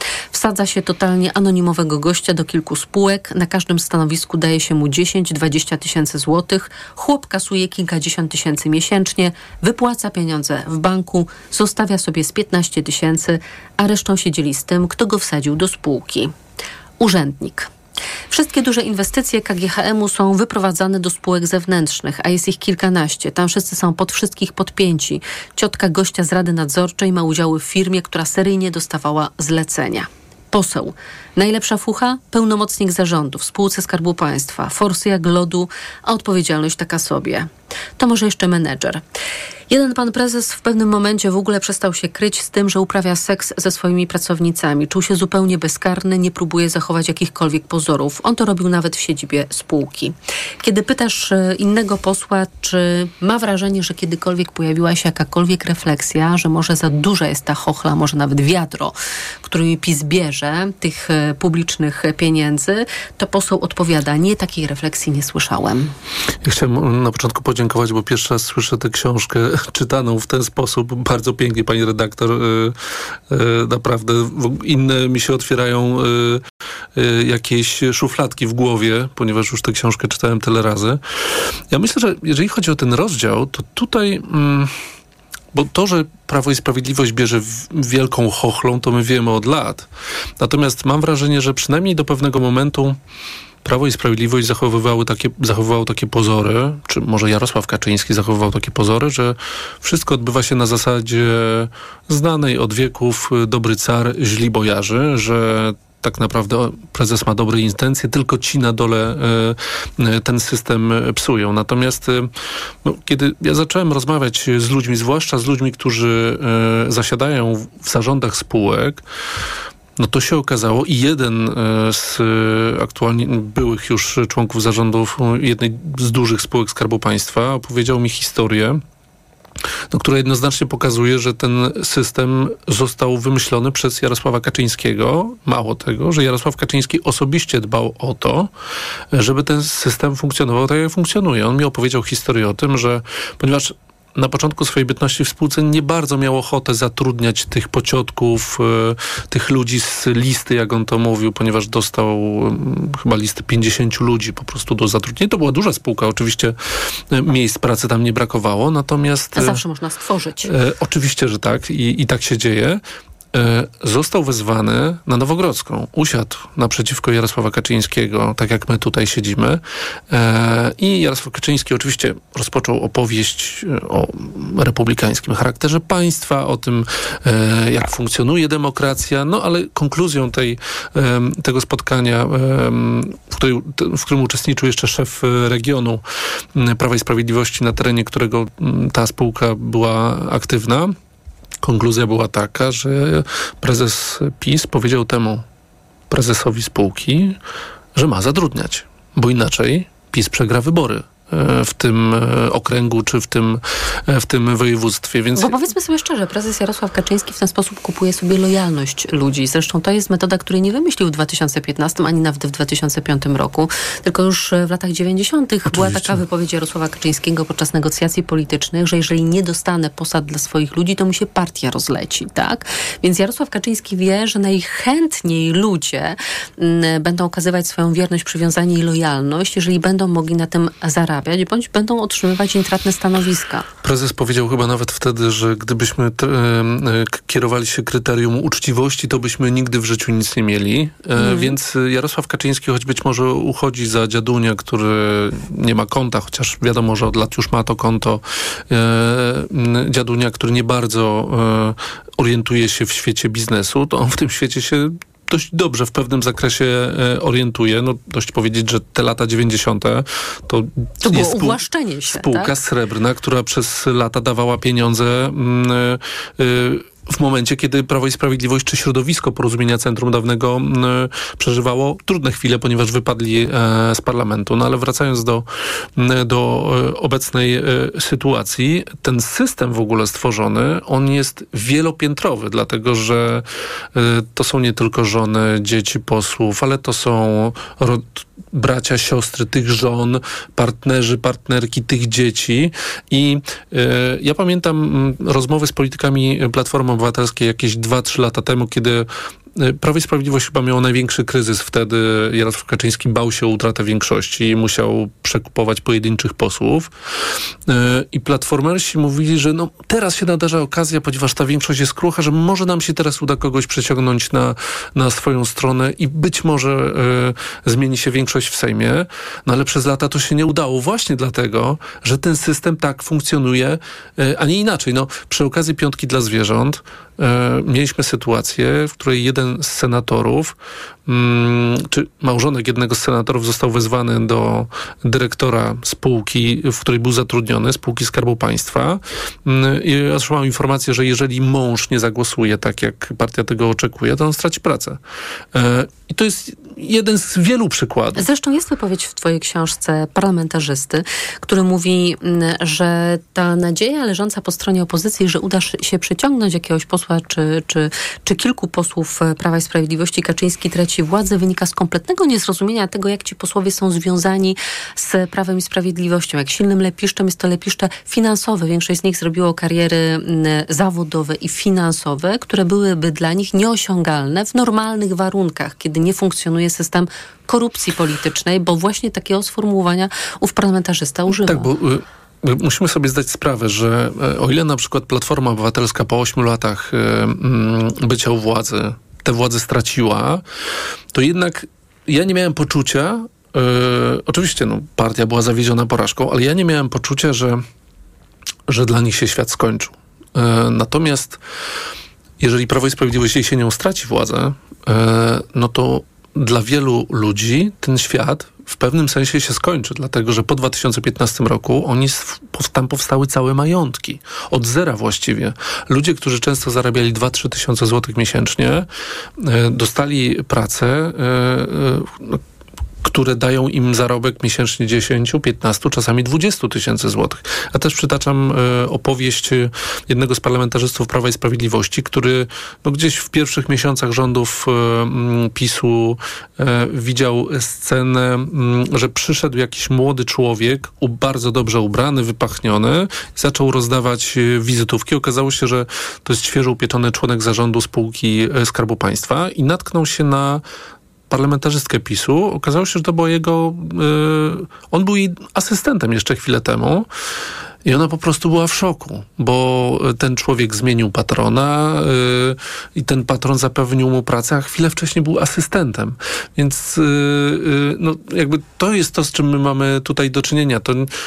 Wsadza się totalnie anonimowego gościa do kilku spółek. Na każdym stanowisku daje się mu 10-20 tysięcy złotych. Chłop kasuje kilkadziesiąt tysięcy miesięcznie, wypłaca pieniądze w banku, zostawia sobie z 15 tysięcy, a resztą się dzieli z tym, kto go wsadził do spółki. Urzędnik. Wszystkie duże inwestycje KGHM-u są wyprowadzane do spółek zewnętrznych, a jest ich kilkanaście. Tam wszyscy są pod wszystkich podpięci. Ciotka gościa z Rady Nadzorczej ma udziały w firmie, która seryjnie dostawała zlecenia. Poseł. Najlepsza fucha? Pełnomocnik zarządu w spółce Skarbu Państwa. Forsy jak lodu, a odpowiedzialność taka sobie. To może jeszcze menedżer. Jeden pan prezes w pewnym momencie w ogóle przestał się kryć z tym, że uprawia seks ze swoimi pracownicami. Czuł się zupełnie bezkarny, nie próbuje zachować jakichkolwiek pozorów. On to robił nawet w siedzibie spółki. Kiedy pytasz innego posła, czy ma wrażenie, że kiedykolwiek pojawiła się jakakolwiek refleksja, że może za duża jest ta chochla, może nawet wiadro, którymi PiS bierze tych publicznych pieniędzy, to poseł odpowiada, nie, takiej refleksji nie słyszałem. Ja chciałem na początku podziękować, bo pierwszy raz słyszę tę książkę czytaną w ten sposób. Bardzo pięknie, pani redaktor. Naprawdę inne mi się otwierają jakieś szufladki w głowie, ponieważ już tę książkę czytałem tyle razy. Ja myślę, że jeżeli chodzi o ten rozdział, to tutaj... Bo to, że Prawo i Sprawiedliwość bierze wielką chochlą, to my wiemy od lat. Natomiast mam wrażenie, że przynajmniej do pewnego momentu Prawo i Sprawiedliwość zachowywało takie pozory, czy może Jarosław Kaczyński zachowywał takie pozory, że wszystko odbywa się na zasadzie znanej od wieków dobry car, źli bojarzy, że tak naprawdę prezes ma dobre intencje, tylko ci na dole ten system psują. Natomiast kiedy ja zacząłem rozmawiać z ludźmi, zwłaszcza z ludźmi, którzy zasiadają w zarządach spółek, no to się okazało i jeden z aktualnie byłych już członków zarządów jednej z dużych spółek Skarbu Państwa opowiedział mi historię, która jednoznacznie pokazuje, że ten system został wymyślony przez Jarosława Kaczyńskiego. Mało tego, że Jarosław Kaczyński osobiście dbał o to, żeby ten system funkcjonował tak, jak funkcjonuje. On mi opowiedział historię o tym, że ponieważ na początku swojej bytności w spółce nie bardzo miał ochotę zatrudniać tych pociotków, tych ludzi z listy, jak on to mówił, ponieważ dostał chyba listy 50 ludzi po prostu do zatrudnienia. To była duża spółka, oczywiście miejsc pracy tam nie brakowało, natomiast... A zawsze można stworzyć. Oczywiście, że tak i tak się dzieje. Został wezwany na Nowogrodzką. Usiadł naprzeciwko Jarosława Kaczyńskiego, tak jak my tutaj siedzimy. I Jarosław Kaczyński oczywiście rozpoczął opowieść o republikańskim charakterze państwa, o tym, jak funkcjonuje demokracja. No ale konkluzją tego spotkania, w którym uczestniczył jeszcze szef regionu Prawa i Sprawiedliwości, na terenie którego ta spółka była aktywna, konkluzja była taka, że prezes PiS powiedział temu prezesowi spółki, że ma zatrudniać, bo inaczej PiS przegra wybory w tym okręgu, czy w tym województwie. Więc... Bo powiedzmy sobie szczerze, prezes Jarosław Kaczyński w ten sposób kupuje sobie lojalność ludzi. Zresztą to jest metoda, której nie wymyślił w 2015, ani nawet w 2005 roku, tylko już w latach 90. była taka wypowiedź Jarosława Kaczyńskiego podczas negocjacji politycznych, że jeżeli nie dostanę posad dla swoich ludzi, to mu się partia rozleci, tak? Więc Jarosław Kaczyński wie, że najchętniej ludzie będą okazywać swoją wierność, przywiązanie i lojalność, jeżeli będą mogli na tym zarabiać, bądź będą otrzymywać intratne stanowiska. Prezes powiedział chyba nawet wtedy, że gdybyśmy kierowali się kryterium uczciwości, to byśmy nigdy w życiu nic nie mieli. Więc Jarosław Kaczyński, choć być może uchodzi za dziadunia, który nie ma konta, chociaż wiadomo, że od lat już ma to konto, dziadunia, który nie bardzo orientuje się w świecie biznesu, to on w tym świecie się dość dobrze w pewnym zakresie orientuje. No dość powiedzieć, że te lata 90. to było uwłaszczenie się, spółka tak? srebrna, która przez lata dawała pieniądze w momencie, kiedy Prawo i Sprawiedliwość czy środowisko Porozumienia Centrum dawnego przeżywało trudne chwile, ponieważ wypadli z parlamentu. No ale wracając do obecnej sytuacji, ten system w ogóle stworzony, on jest wielopiętrowy, dlatego że to są nie tylko żony, dzieci posłów, ale to są bracia, siostry tych żon, partnerzy, partnerki tych dzieci. I ja pamiętam rozmowy z politykami Platformy Obywatelskiej jakieś 2-3 lata temu, kiedy Prawo i Sprawiedliwość chyba miało największy kryzys wtedy. Jarosław Kaczyński bał się o utratę większości i musiał przekupować pojedynczych posłów. I platformersi mówili, że no teraz się nadarza okazja, ponieważ ta większość jest krucha, że może nam się teraz uda kogoś przeciągnąć na swoją stronę i być może zmieni się większość w Sejmie. No ale przez lata to się nie udało właśnie dlatego, że ten system tak funkcjonuje, a nie inaczej. No, przy okazji Piątki dla zwierząt mieliśmy sytuację, w której jeden z senatorów, czy małżonek jednego z senatorów został wezwany do dyrektora spółki, w której był zatrudniony, spółki Skarbu Państwa. I otrzymał informację, że jeżeli mąż nie zagłosuje tak, jak partia tego oczekuje, to on straci pracę. I to jest jeden z wielu przykładów. Zresztą jest wypowiedź w twojej książce parlamentarzysty, który mówi, że ta nadzieja leżąca po stronie opozycji, że uda się przyciągnąć jakiegoś posła czy kilku posłów Prawa i Sprawiedliwości, Kaczyński traci władzę, wynika z kompletnego niezrozumienia tego, jak ci posłowie są związani z Prawem i Sprawiedliwością. Jak silnym lepiszczem jest to lepiszcze finansowe. Większość z nich zrobiło kariery zawodowe i finansowe, które byłyby dla nich nieosiągalne w normalnych warunkach, kiedy nie funkcjonuje system korupcji politycznej, bo właśnie takiego sformułowania ów parlamentarzysta używa. Tak, bo musimy sobie zdać sprawę, że o ile na przykład Platforma Obywatelska po 8 latach bycia u władzy tę władzę straciła, to jednak ja nie miałem poczucia, oczywiście partia była zawiedziona porażką, ale ja nie miałem poczucia, że dla nich się świat skończył. Natomiast jeżeli Prawo i Sprawiedliwość jesienią straci władzę, no to dla wielu ludzi ten świat w pewnym sensie się skończy, dlatego że po 2015 roku tam powstały całe majątki. Od zera właściwie. Ludzie, którzy często zarabiali 2-3 tysiące złotych miesięcznie, dostali pracę, które dają im zarobek miesięcznie 10, 15, czasami 20 tysięcy złotych. A też przytaczam opowieść jednego z parlamentarzystów Prawa i Sprawiedliwości, który gdzieś w pierwszych miesiącach rządów PiS-u widział scenę, że przyszedł jakiś młody człowiek, bardzo dobrze ubrany, wypachniony, zaczął rozdawać wizytówki. Okazało się, że to jest świeżo upieczony członek zarządu spółki Skarbu Państwa i natknął się na parlamentarzystkę PiS-u. Okazało się, że to była on był jej asystentem jeszcze chwilę temu i ona po prostu była w szoku, bo ten człowiek zmienił patrona i ten patron zapewnił mu pracę, a chwilę wcześniej był asystentem. Więc jakby to jest to, z czym my mamy tutaj do czynienia.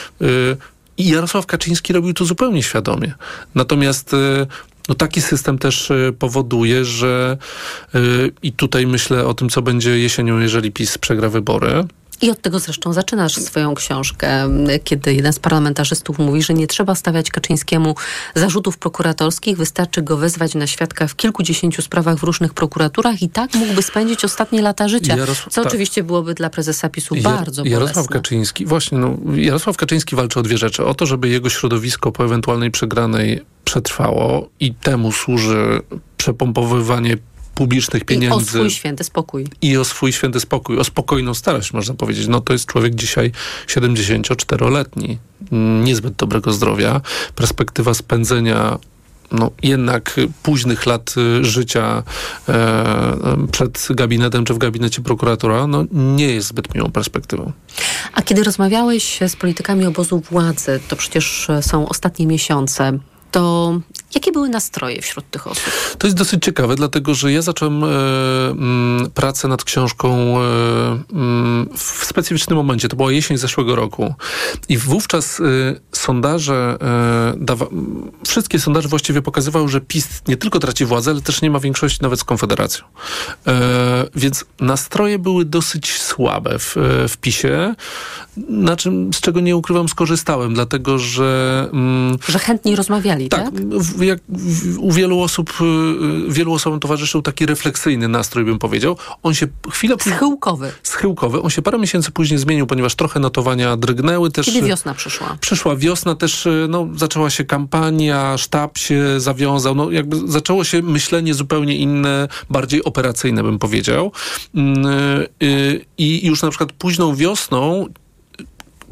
I Jarosław Kaczyński robił to zupełnie świadomie. Natomiast taki system też powoduje, że i tutaj myślę o tym, co będzie jesienią, jeżeli PiS przegra wybory. I od tego zresztą zaczynasz swoją książkę, kiedy jeden z parlamentarzystów mówi, że nie trzeba stawiać Kaczyńskiemu zarzutów prokuratorskich, wystarczy go wezwać na świadka w kilkudziesięciu sprawach w różnych prokuraturach i tak mógłby spędzić ostatnie lata życia, co oczywiście byłoby dla prezesa PiS-u bardzo bolesne. Jarosław Kaczyński walczy o dwie rzeczy. O to, żeby jego środowisko po ewentualnej przegranej przetrwało i temu służy przepompowywanie publicznych pieniędzy. I o swój święty spokój. O spokojną starość, można powiedzieć. To jest człowiek dzisiaj 74-letni. Niezbyt dobrego zdrowia. Perspektywa spędzenia jednak późnych lat życia przed gabinetem czy w gabinecie prokuratora nie jest zbyt miłą perspektywą. A kiedy rozmawiałeś z politykami obozu władzy, to przecież są ostatnie miesiące, to jakie były nastroje wśród tych osób? To jest dosyć ciekawe, dlatego że ja zacząłem pracę nad książką w specyficznym momencie. To była jesień zeszłego roku. I wówczas wszystkie sondaże właściwie pokazywały, że PiS nie tylko traci władzę, ale też nie ma większości nawet z Konfederacją. Więc nastroje były dosyć słabe w PiS-ie, z czego nie ukrywam skorzystałem, dlatego że... Że chętnie rozmawiali, tak? U wielu osobom towarzyszył taki refleksyjny nastrój, bym powiedział. On się chwilę... Schyłkowy. On się parę miesięcy później zmienił, ponieważ trochę notowania drgnęły też. Kiedy wiosna przyszła? Przyszła wiosna też, zaczęła się kampania, sztab się zawiązał, zaczęło się myślenie zupełnie inne, bardziej operacyjne, bym powiedział. I już na przykład późną wiosną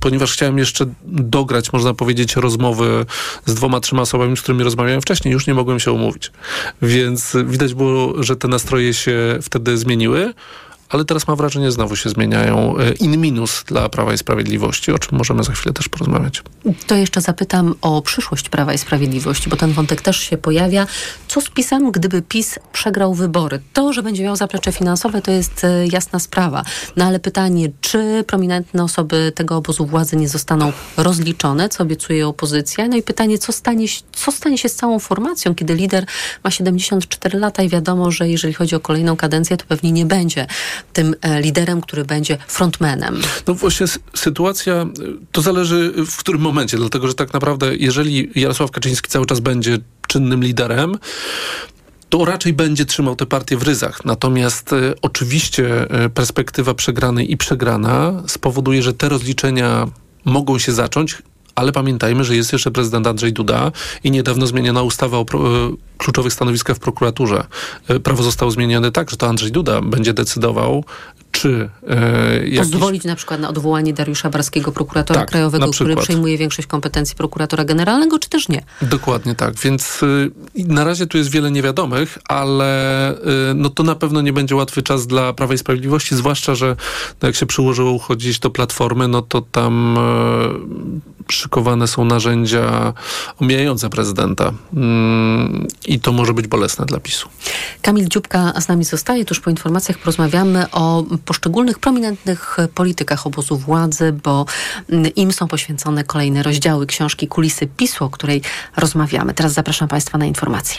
ponieważ chciałem jeszcze dograć, można powiedzieć, rozmowy z 2-3 osobami, z którymi rozmawiałem wcześniej, już nie mogłem się umówić. Więc widać było, że te nastroje się wtedy zmieniły, ale teraz mam wrażenie, znowu się zmieniają. In minus dla Prawa i Sprawiedliwości, o czym możemy za chwilę też porozmawiać. To jeszcze zapytam o przyszłość Prawa i Sprawiedliwości, bo ten wątek też się pojawia. Co z PiS-em, gdyby PiS przegrał wybory? To, że będzie miał zaplecze finansowe, to jest jasna sprawa. No ale pytanie, czy prominentne osoby tego obozu władzy nie zostaną rozliczone, co obiecuje opozycja? No i pytanie, co stanie się z całą formacją, kiedy lider ma 74 lata i wiadomo, że jeżeli chodzi o kolejną kadencję, to pewnie nie będzie tym liderem, który będzie frontmanem. No właśnie sytuacja, to zależy w którym momencie, dlatego że tak naprawdę jeżeli Jarosław Kaczyński cały czas będzie czynnym liderem, to raczej będzie trzymał tę partię w ryzach. Natomiast oczywiście perspektywa przegranej i przegrana spowoduje, że te rozliczenia mogą się zacząć, ale pamiętajmy, że jest jeszcze prezydent Andrzej Duda i niedawno zmieniona ustawa o kluczowych stanowiskach w prokuraturze. Prawo zostało zmienione tak, że to Andrzej Duda będzie decydował, czy pozwolić na przykład na odwołanie Dariusza Barskiego, prokuratora krajowego, który przejmuje większość kompetencji prokuratora generalnego, czy też nie? Dokładnie tak, więc na razie tu jest wiele niewiadomych, ale no to na pewno nie będzie łatwy czas dla Prawa i Sprawiedliwości, zwłaszcza, że no jak się przyłożyło uchodzić do Platformy, no to tam szykowane są narzędzia omijające prezydenta. I to może być bolesne dla PiS-u. Kamil Dziubka z nami zostaje. Tuż po informacjach porozmawiamy o poszczególnych prominentnych politykach obozu władzy, bo im są poświęcone kolejne rozdziały książki Kulisy PiS-u, o której rozmawiamy. Teraz zapraszam Państwa na informacje.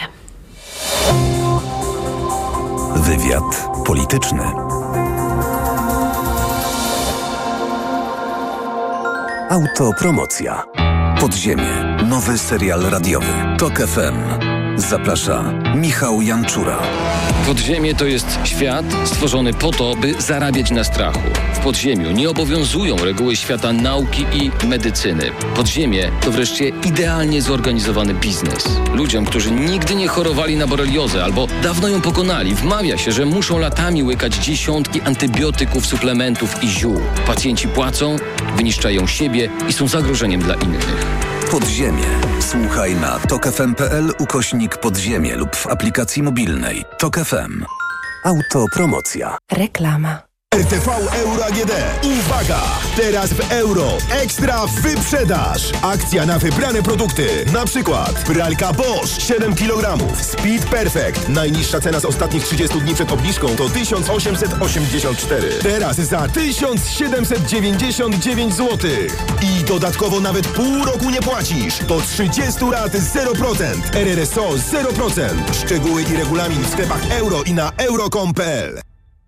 Wywiad polityczny. Autopromocja. Podziemie. Nowy serial radiowy. TOK FM. Zaprasza Michał Janczura. Podziemie to jest świat stworzony po to, by zarabiać na strachu. W podziemiu nie obowiązują reguły świata nauki i medycyny. Podziemie to wreszcie idealnie zorganizowany biznes. Ludziom, którzy nigdy nie chorowali na boreliozę albo dawno ją pokonali, wmawia się, że muszą latami łykać dziesiątki antybiotyków, suplementów i ziół. Pacjenci płacą, wyniszczają siebie i są zagrożeniem dla innych. Podziemie. Słuchaj na tokfm.pl/podziemie lub w aplikacji mobilnej TOK FM. Autopromocja. Reklama. RTV Euro AGD. Uwaga! Teraz w euro. Ekstra wyprzedaż. Akcja na wybrane produkty. Na przykład pralka Bosch 7 kg. Speed Perfect. Najniższa cena z ostatnich 30 dni przed obniżką to 1884. Teraz za 1799 zł. I dodatkowo nawet pół roku nie płacisz. Do 30 lat 0%. RRSO 0%. Szczegóły i regulamin w sklepach euro i na euro.com.pl.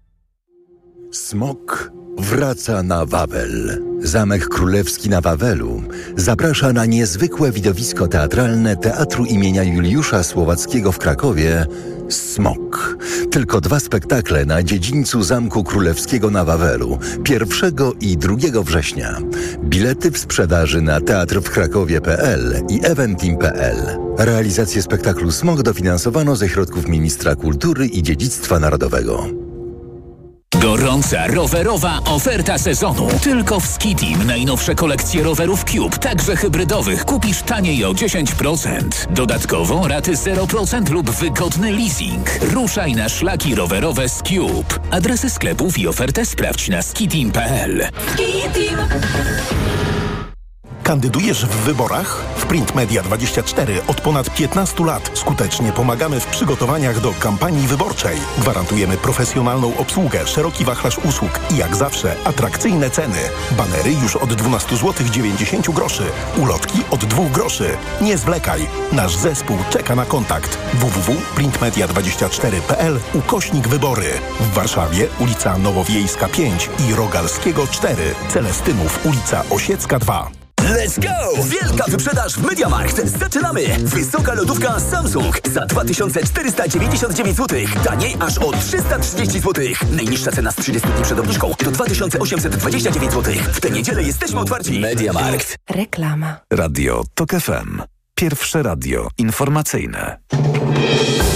Smok wraca na Wawel. Zamek Królewski na Wawelu zaprasza na niezwykłe widowisko teatralne Teatru imienia Juliusza Słowackiego w Krakowie Smok. Tylko 2 spektakle na dziedzińcu Zamku Królewskiego na Wawelu 1 i 2 września. Bilety w sprzedaży na teatrwkrakowie.pl i eventim.pl. Realizację spektaklu Smok dofinansowano ze środków Ministra Kultury i Dziedzictwa Narodowego. Gorąca rowerowa oferta sezonu. Tylko w Skitim najnowsze kolekcje rowerów Cube, także hybrydowych, kupisz taniej o 10%. Dodatkowo raty 0% lub wygodny leasing. Ruszaj na szlaki rowerowe z Cube. Adresy sklepów i ofertę sprawdź na skitim.pl. Skitim. Kandydujesz w wyborach? W Print Media 24 od ponad 15 lat skutecznie pomagamy w przygotowaniach do kampanii wyborczej. Gwarantujemy profesjonalną obsługę, szeroki wachlarz usług i jak zawsze atrakcyjne ceny. Banery już od 12 zł 90 groszy. Ulotki od 2 groszy. Nie zwlekaj. Nasz zespół czeka na kontakt. www.printmedia24.pl/wybory. W Warszawie ulica Nowowiejska 5 i Rogalskiego 4. Celestynów ulica Osiecka 2. Let's go! Wielka wyprzedaż w MediaMarkt. Zaczynamy! Wysoka lodówka Samsung za 2499 zł. Taniej aż o 330 zł. Najniższa cena z 30 dni przed obniżką to 2829 zł. W tę niedzielę jesteśmy otwarci. MediaMarkt. Reklama. Radio TOK FM. Pierwsze radio informacyjne.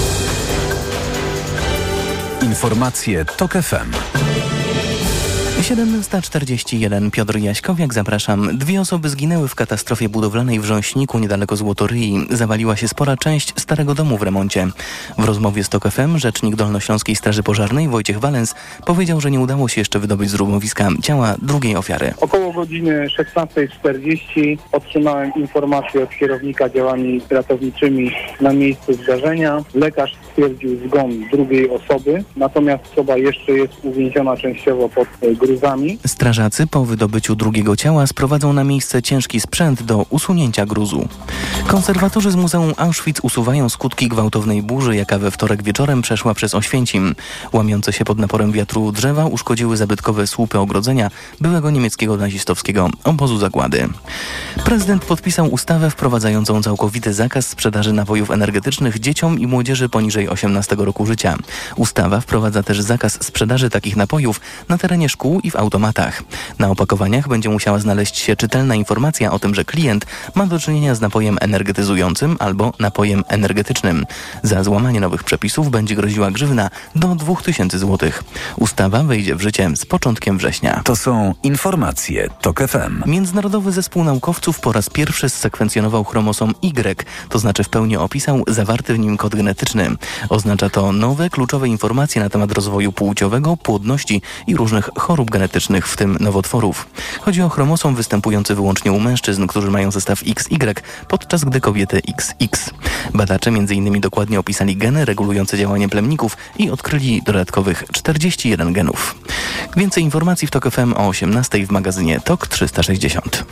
Informacje TOK FM. 17:41. Piotr Jaśkowiak, zapraszam. 2 osoby zginęły w katastrofie budowlanej w Rząśniku niedaleko Złotoryi. Zawaliła się spora część starego domu w remoncie. W rozmowie z TOK FM rzecznik Dolnośląskiej Straży Pożarnej Wojciech Walens powiedział, że nie udało się jeszcze wydobyć z rumowiska ciała drugiej ofiary. Około godziny 16:40 otrzymałem informację od kierownika działami ratowniczymi na miejscu zdarzenia. Lekarz stwierdził zgon drugiej osoby, natomiast osoba jeszcze jest uwięziona częściowo pod gruzami. Strażacy po wydobyciu drugiego ciała sprowadzą na miejsce ciężki sprzęt do usunięcia gruzu. Konserwatorzy z Muzeum Auschwitz usuwają skutki gwałtownej burzy, jaka we wtorek wieczorem przeszła przez Oświęcim. Łamiące się pod naporem wiatru drzewa uszkodziły zabytkowe słupy ogrodzenia byłego niemieckiego nazistowskiego obozu zagłady. Prezydent podpisał ustawę wprowadzającą całkowity zakaz sprzedaży napojów energetycznych dzieciom i młodzieży poniżej 18 roku życia. Ustawa wprowadza też zakaz sprzedaży takich napojów na terenie szkół i w automatach. Na opakowaniach będzie musiała znaleźć się czytelna informacja o tym, że klient ma do czynienia z napojem energetyzującym albo napojem energetycznym. Za złamanie nowych przepisów będzie groziła grzywna do 2000 zł. Ustawa wejdzie w życie z początkiem września. To są informacje TOK FM. Międzynarodowy zespół naukowców po raz pierwszy zsekwencjonował chromosom Y, to znaczy w pełni opisał zawarty w nim kod genetyczny. Oznacza to nowe, kluczowe informacje na temat rozwoju płciowego, płodności i różnych chorób genetycznych, w tym nowotworów. Chodzi o chromosom występujący wyłącznie u mężczyzn, którzy mają zestaw XY, podczas gdy kobiety XX. Badacze m.in. dokładnie opisali geny regulujące działanie plemników i odkryli dodatkowych 41 genów. Więcej informacji w TOK FM o 18:00 w magazynie TOK 360.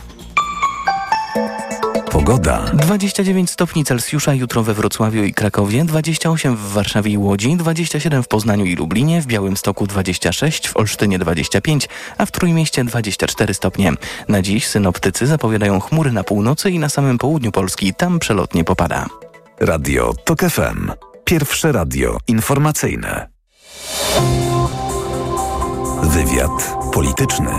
Pogoda. 29 stopni Celsjusza jutro we Wrocławiu i Krakowie, 28 w Warszawie i Łodzi, 27 w Poznaniu i Lublinie, w Białymstoku 26, w Olsztynie 25, a w Trójmieście 24 stopnie. Na dziś synoptycy zapowiadają chmury na północy i na samym południu Polski, tam przelotnie popada. Radio TOK FM. Pierwsze radio informacyjne. Wywiad polityczny.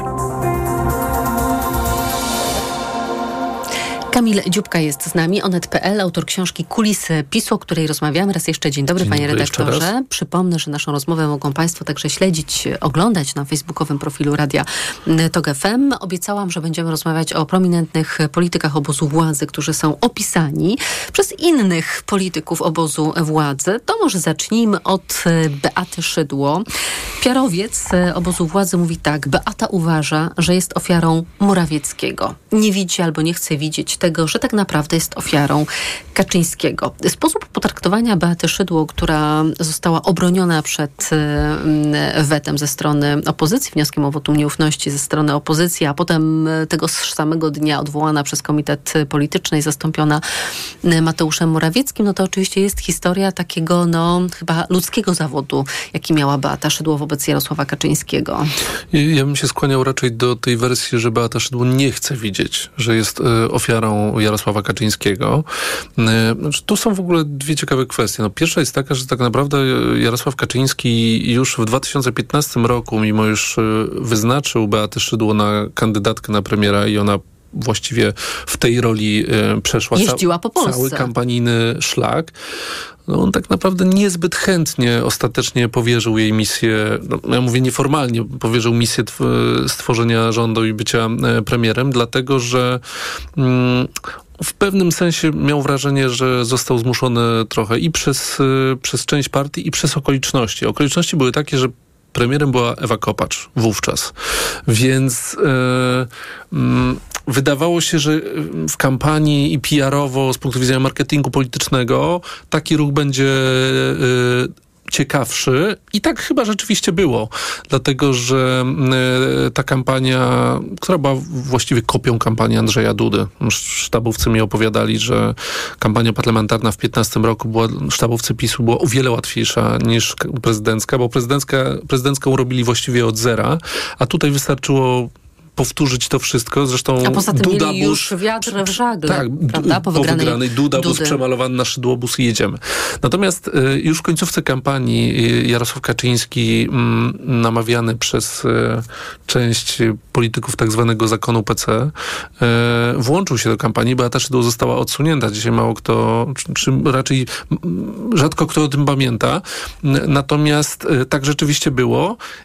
Kamil Dziubka jest z nami, Onet.pl, autor książki Kulisy PiS-u, o której rozmawiamy. Raz jeszcze dzień dobry, panie redaktorze. Przypomnę, że naszą rozmowę mogą państwo także śledzić, oglądać na facebookowym profilu Radia TOK FM. Obiecałam, że będziemy rozmawiać o prominentnych politykach obozu władzy, którzy są opisani przez innych polityków obozu władzy. To może zacznijmy od Beaty Szydło. PR-owiec obozu władzy mówi tak: Beata uważa, że jest ofiarą Morawieckiego. Nie widzi albo nie chce widzieć tego, że tak naprawdę jest ofiarą Kaczyńskiego. Sposób potraktowania Beaty Szydło, która została obroniona przed wetem ze strony opozycji, wnioskiem o wotum nieufności ze strony opozycji, a potem tego samego dnia odwołana przez komitet polityczny i zastąpiona Mateuszem Morawieckim, no to oczywiście jest historia takiego, chyba ludzkiego zawodu, jaki miała Beata Szydło wobec Jarosława Kaczyńskiego. Ja bym się skłaniał raczej do tej wersji, że Beata Szydło nie chce widzieć, że jest ofiarą Jarosława Kaczyńskiego. Tu są w ogóle dwie ciekawe kwestie. Pierwsza jest taka, że tak naprawdę Jarosław Kaczyński już w 2015 roku, mimo już wyznaczył Beatę Szydło na kandydatkę na premiera i ona właściwie w tej roli przeszła jeździła po Polsce. Cały kampanijny szlak. On tak naprawdę niezbyt chętnie ostatecznie powierzył jej misję, ja mówię nieformalnie, powierzył misję stworzenia rządu i bycia premierem, dlatego że w pewnym sensie miał wrażenie, że został zmuszony trochę i przez część partii, i przez okoliczności. Okoliczności były takie, że premierem była Ewa Kopacz wówczas. Więc wydawało się, że w kampanii i PR-owo z punktu widzenia marketingu politycznego taki ruch będzie ciekawszy i tak chyba rzeczywiście było, dlatego że ta kampania, która była właściwie kopią kampanii Andrzeja Dudy. Sztabowcy mi opowiadali, że kampania parlamentarna w 2015 roku sztabowcy PiS-u była o wiele łatwiejsza niż prezydencka, bo prezydencką robili właściwie od zera, a tutaj wystarczyło powtórzyć to wszystko. Zresztą a poza tym Duda mieli już wiatr w żagle. Tak, prawda? Po wygranej Duda-bus przemalowany na szydłobus i jedziemy. Natomiast już w końcówce kampanii Jarosław Kaczyński, namawiany przez część polityków tak zwanego zakonu PC, włączył się do kampanii. Beata Szydło została odsunięta. Dzisiaj mało kto, czy raczej rzadko kto o tym pamięta. Natomiast tak rzeczywiście było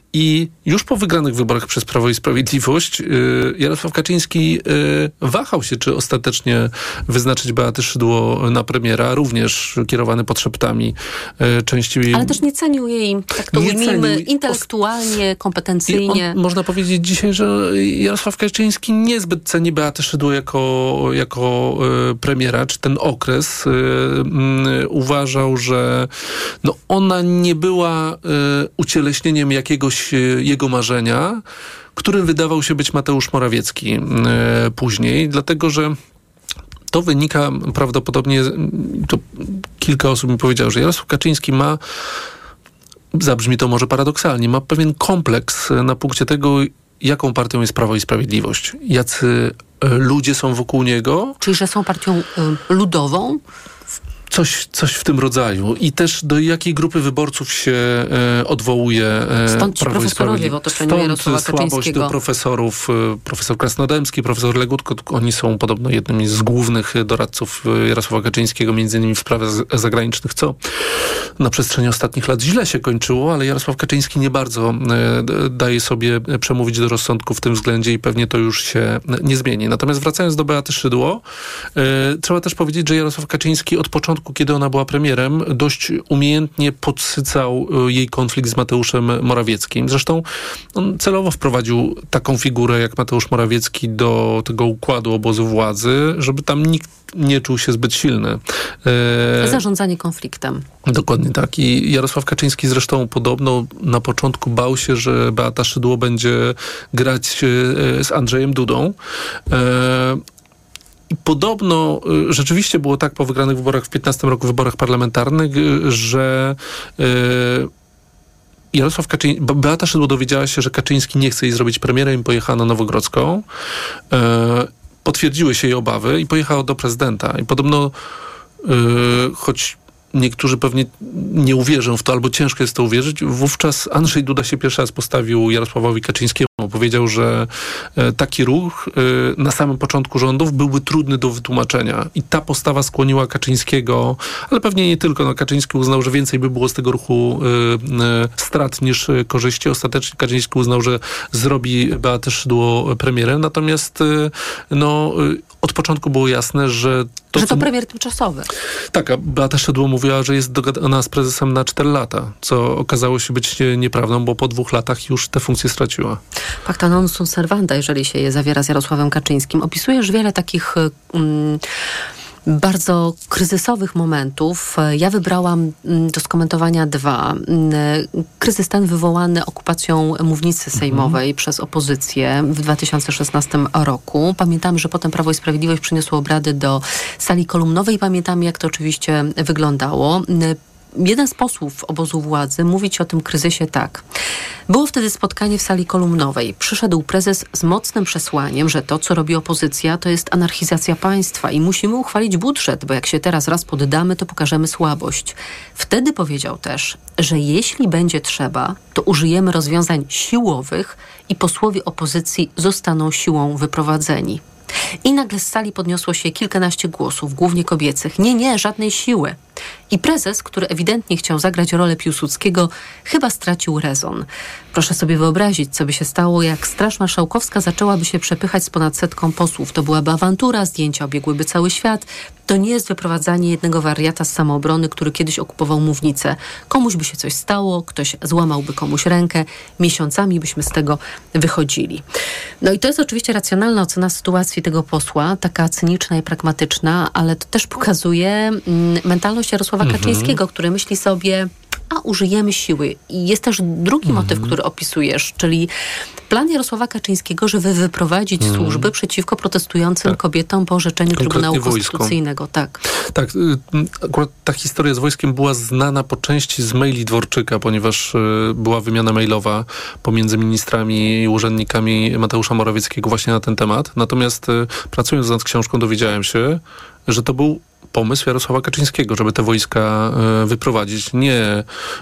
I już po wygranych wyborach przez Prawo i Sprawiedliwość Jarosław Kaczyński wahał się, czy ostatecznie wyznaczyć Beatę Szydło na premiera, również kierowany podszeptami części... Ale też nie cenił jej, tak to ujmijmy, intelektualnie, kompetencyjnie. Można powiedzieć dzisiaj, że Jarosław Kaczyński niezbyt ceni Beatę Szydło jako premiera, czy ten okres. Uważał, że ona nie była ucieleśnieniem jakiegoś jego marzenia, którym wydawał się być Mateusz Morawiecki później, dlatego że to wynika prawdopodobnie, to kilka osób mi powiedziało, że Jarosław Kaczyński zabrzmi to może paradoksalnie, ma pewien kompleks na punkcie tego, jaką partią jest Prawo i Sprawiedliwość. Jacy ludzie są wokół niego. Czyli, że są partią ludową? Coś w tym rodzaju. I też do jakiej grupy wyborców się odwołuje Stąd ci Prawo i profesorowie w otoczeniu Jarosława Kaczyńskiego. Słabość do profesorów, profesor Krasnodębski, profesor Legutko, oni są podobno jednymi z głównych doradców Jarosława Kaczyńskiego, między innymi w sprawach zagranicznych, co na przestrzeni ostatnich lat źle się kończyło, ale Jarosław Kaczyński nie bardzo daje sobie przemówić do rozsądku w tym względzie i pewnie to już się nie zmieni. Natomiast wracając do Beaty Szydło, trzeba też powiedzieć, że Jarosław Kaczyński od początku, kiedy ona była premierem, dość umiejętnie podsycał jej konflikt z Mateuszem Morawieckim. Zresztą on celowo wprowadził taką figurę jak Mateusz Morawiecki do tego układu obozu władzy, żeby tam nikt nie czuł się zbyt silny. Zarządzanie konfliktem. Dokładnie tak. I Jarosław Kaczyński zresztą podobno na początku bał się, że Beata Szydło będzie grać z Andrzejem Dudą. I podobno rzeczywiście było tak po wygranych wyborach w 2015 roku, wyborach parlamentarnych, że Beata Szydło dowiedziała się, że Kaczyński nie chce jej zrobić premierem i pojechała na Nowogrodzką. Potwierdziły się jej obawy i pojechała do prezydenta. I podobno, choć niektórzy pewnie nie uwierzą w to, albo ciężko jest to uwierzyć, wówczas Andrzej Duda się pierwszy raz postawił Jarosławowi Kaczyńskiemu. Powiedział, że taki ruch na samym początku rządów byłby trudny do wytłumaczenia. I ta postawa skłoniła Kaczyńskiego, ale pewnie nie tylko. Kaczyński uznał, że więcej by było z tego ruchu strat niż korzyści. Ostatecznie Kaczyński uznał, że zrobi Beatę Szydło premierem. Natomiast od początku było jasne, że to premier tymczasowy. Tak, a Beata Szydło mówiła, że jest dogadana z prezesem na 4 lata, co okazało się być nieprawdą, bo po 2 latach już tę funkcję straciła. Pacta non sunt servanda, jeżeli się je zawiera z Jarosławem Kaczyńskim. Opisujesz wiele takich bardzo kryzysowych momentów. Ja wybrałam do skomentowania 2. Kryzys ten wywołany okupacją mównicy sejmowej przez opozycję w 2016 roku. Pamiętamy, że potem Prawo i Sprawiedliwość przyniosło obrady do sali kolumnowej i pamiętamy, jak to oczywiście wyglądało. Jeden z posłów obozu władzy mówi ci o tym kryzysie tak. Było wtedy spotkanie w sali kolumnowej. Przyszedł prezes z mocnym przesłaniem, że to, co robi opozycja, to jest anarchizacja państwa i musimy uchwalić budżet, bo jak się teraz raz poddamy, to pokażemy słabość. Wtedy powiedział też, że jeśli będzie trzeba, to użyjemy rozwiązań siłowych i posłowie opozycji zostaną siłą wyprowadzeni. I nagle z sali podniosło się kilkanaście głosów, głównie kobiecych. Nie, żadnej siły. I prezes, który ewidentnie chciał zagrać rolę Piłsudskiego, chyba stracił rezon. Proszę sobie wyobrazić, co by się stało, jak Straż Marszałkowska zaczęłaby się przepychać z ponad 100 posłów. To byłaby awantura, zdjęcia obiegłyby cały świat. To nie jest wyprowadzanie jednego wariata z samoobrony, który kiedyś okupował mównicę. Komuś by się coś stało, ktoś złamałby komuś rękę. Miesiącami byśmy z tego wychodzili. I to jest oczywiście racjonalna ocena sytuacji tego posła, taka cyniczna i pragmatyczna, ale to też pokazuje mentalność Jarosława Kaczyńskiego, który myśli sobie, użyjemy siły. I jest też drugi motyw, który opisujesz, czyli plan Jarosława Kaczyńskiego, żeby wyprowadzić służby przeciwko protestującym kobietom po orzeczeniu Trybunału Konstytucyjnego. Tak, akurat ta historia z wojskiem była znana po części z maili Dworczyka, ponieważ była wymiana mailowa pomiędzy ministrami i urzędnikami Mateusza Morawieckiego właśnie na ten temat. Natomiast pracując nad książką dowiedziałem się, że to był pomysł Jarosława Kaczyńskiego, żeby te wojska wyprowadzić. Nie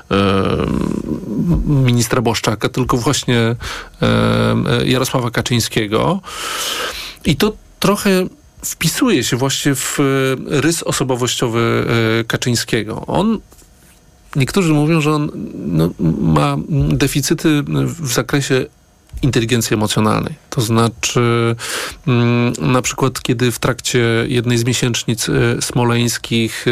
ministra Błaszczaka, tylko właśnie Jarosława Kaczyńskiego. I to trochę wpisuje się właśnie w rys osobowościowy Kaczyńskiego. On niektórzy mówią, że on ma deficyty w zakresie inteligencji emocjonalnej. To znaczy na przykład kiedy w trakcie jednej z miesięcznic smoleńskich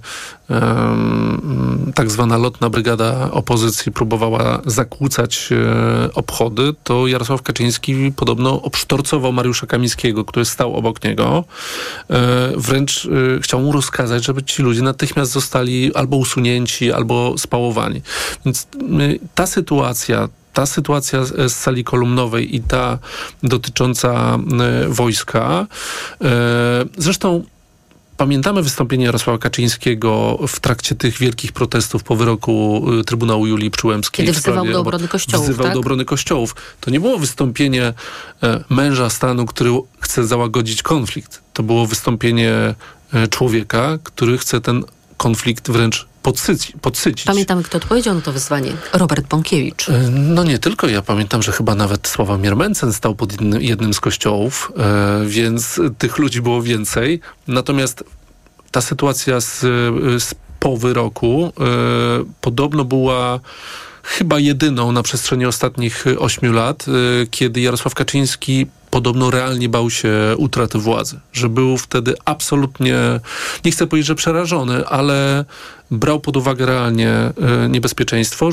tak zwana lotna brygada opozycji próbowała zakłócać obchody, to Jarosław Kaczyński podobno obsztorcował Mariusza Kamińskiego, który stał obok niego. Wręcz chciał mu rozkazać, żeby ci ludzie natychmiast zostali albo usunięci, albo spałowani. Więc ta sytuacja z sali kolumnowej i ta dotycząca wojska. Zresztą pamiętamy wystąpienie Jarosława Kaczyńskiego w trakcie tych wielkich protestów po wyroku Trybunału Julii Przyłębskiej. Kiedy wzywał do obrony kościołów, do obrony kościołów. To nie było wystąpienie męża stanu, który chce załagodzić konflikt. To było wystąpienie człowieka, który chce ten konflikt wręcz podsycić. Pamiętamy, kto odpowiedział na to wyzwanie. Robert Bąkiewicz. No nie tylko. Ja pamiętam, że chyba nawet Sławomir Mencen stał pod jednym z kościołów, więc tych ludzi było więcej. Natomiast ta sytuacja po wyroku podobno była chyba jedyną na przestrzeni ostatnich 8 lat, kiedy Jarosław Kaczyński podobno realnie bał się utraty władzy. Że był wtedy absolutnie, nie chcę powiedzieć, że przerażony, ale brał pod uwagę realnie niebezpieczeństwo,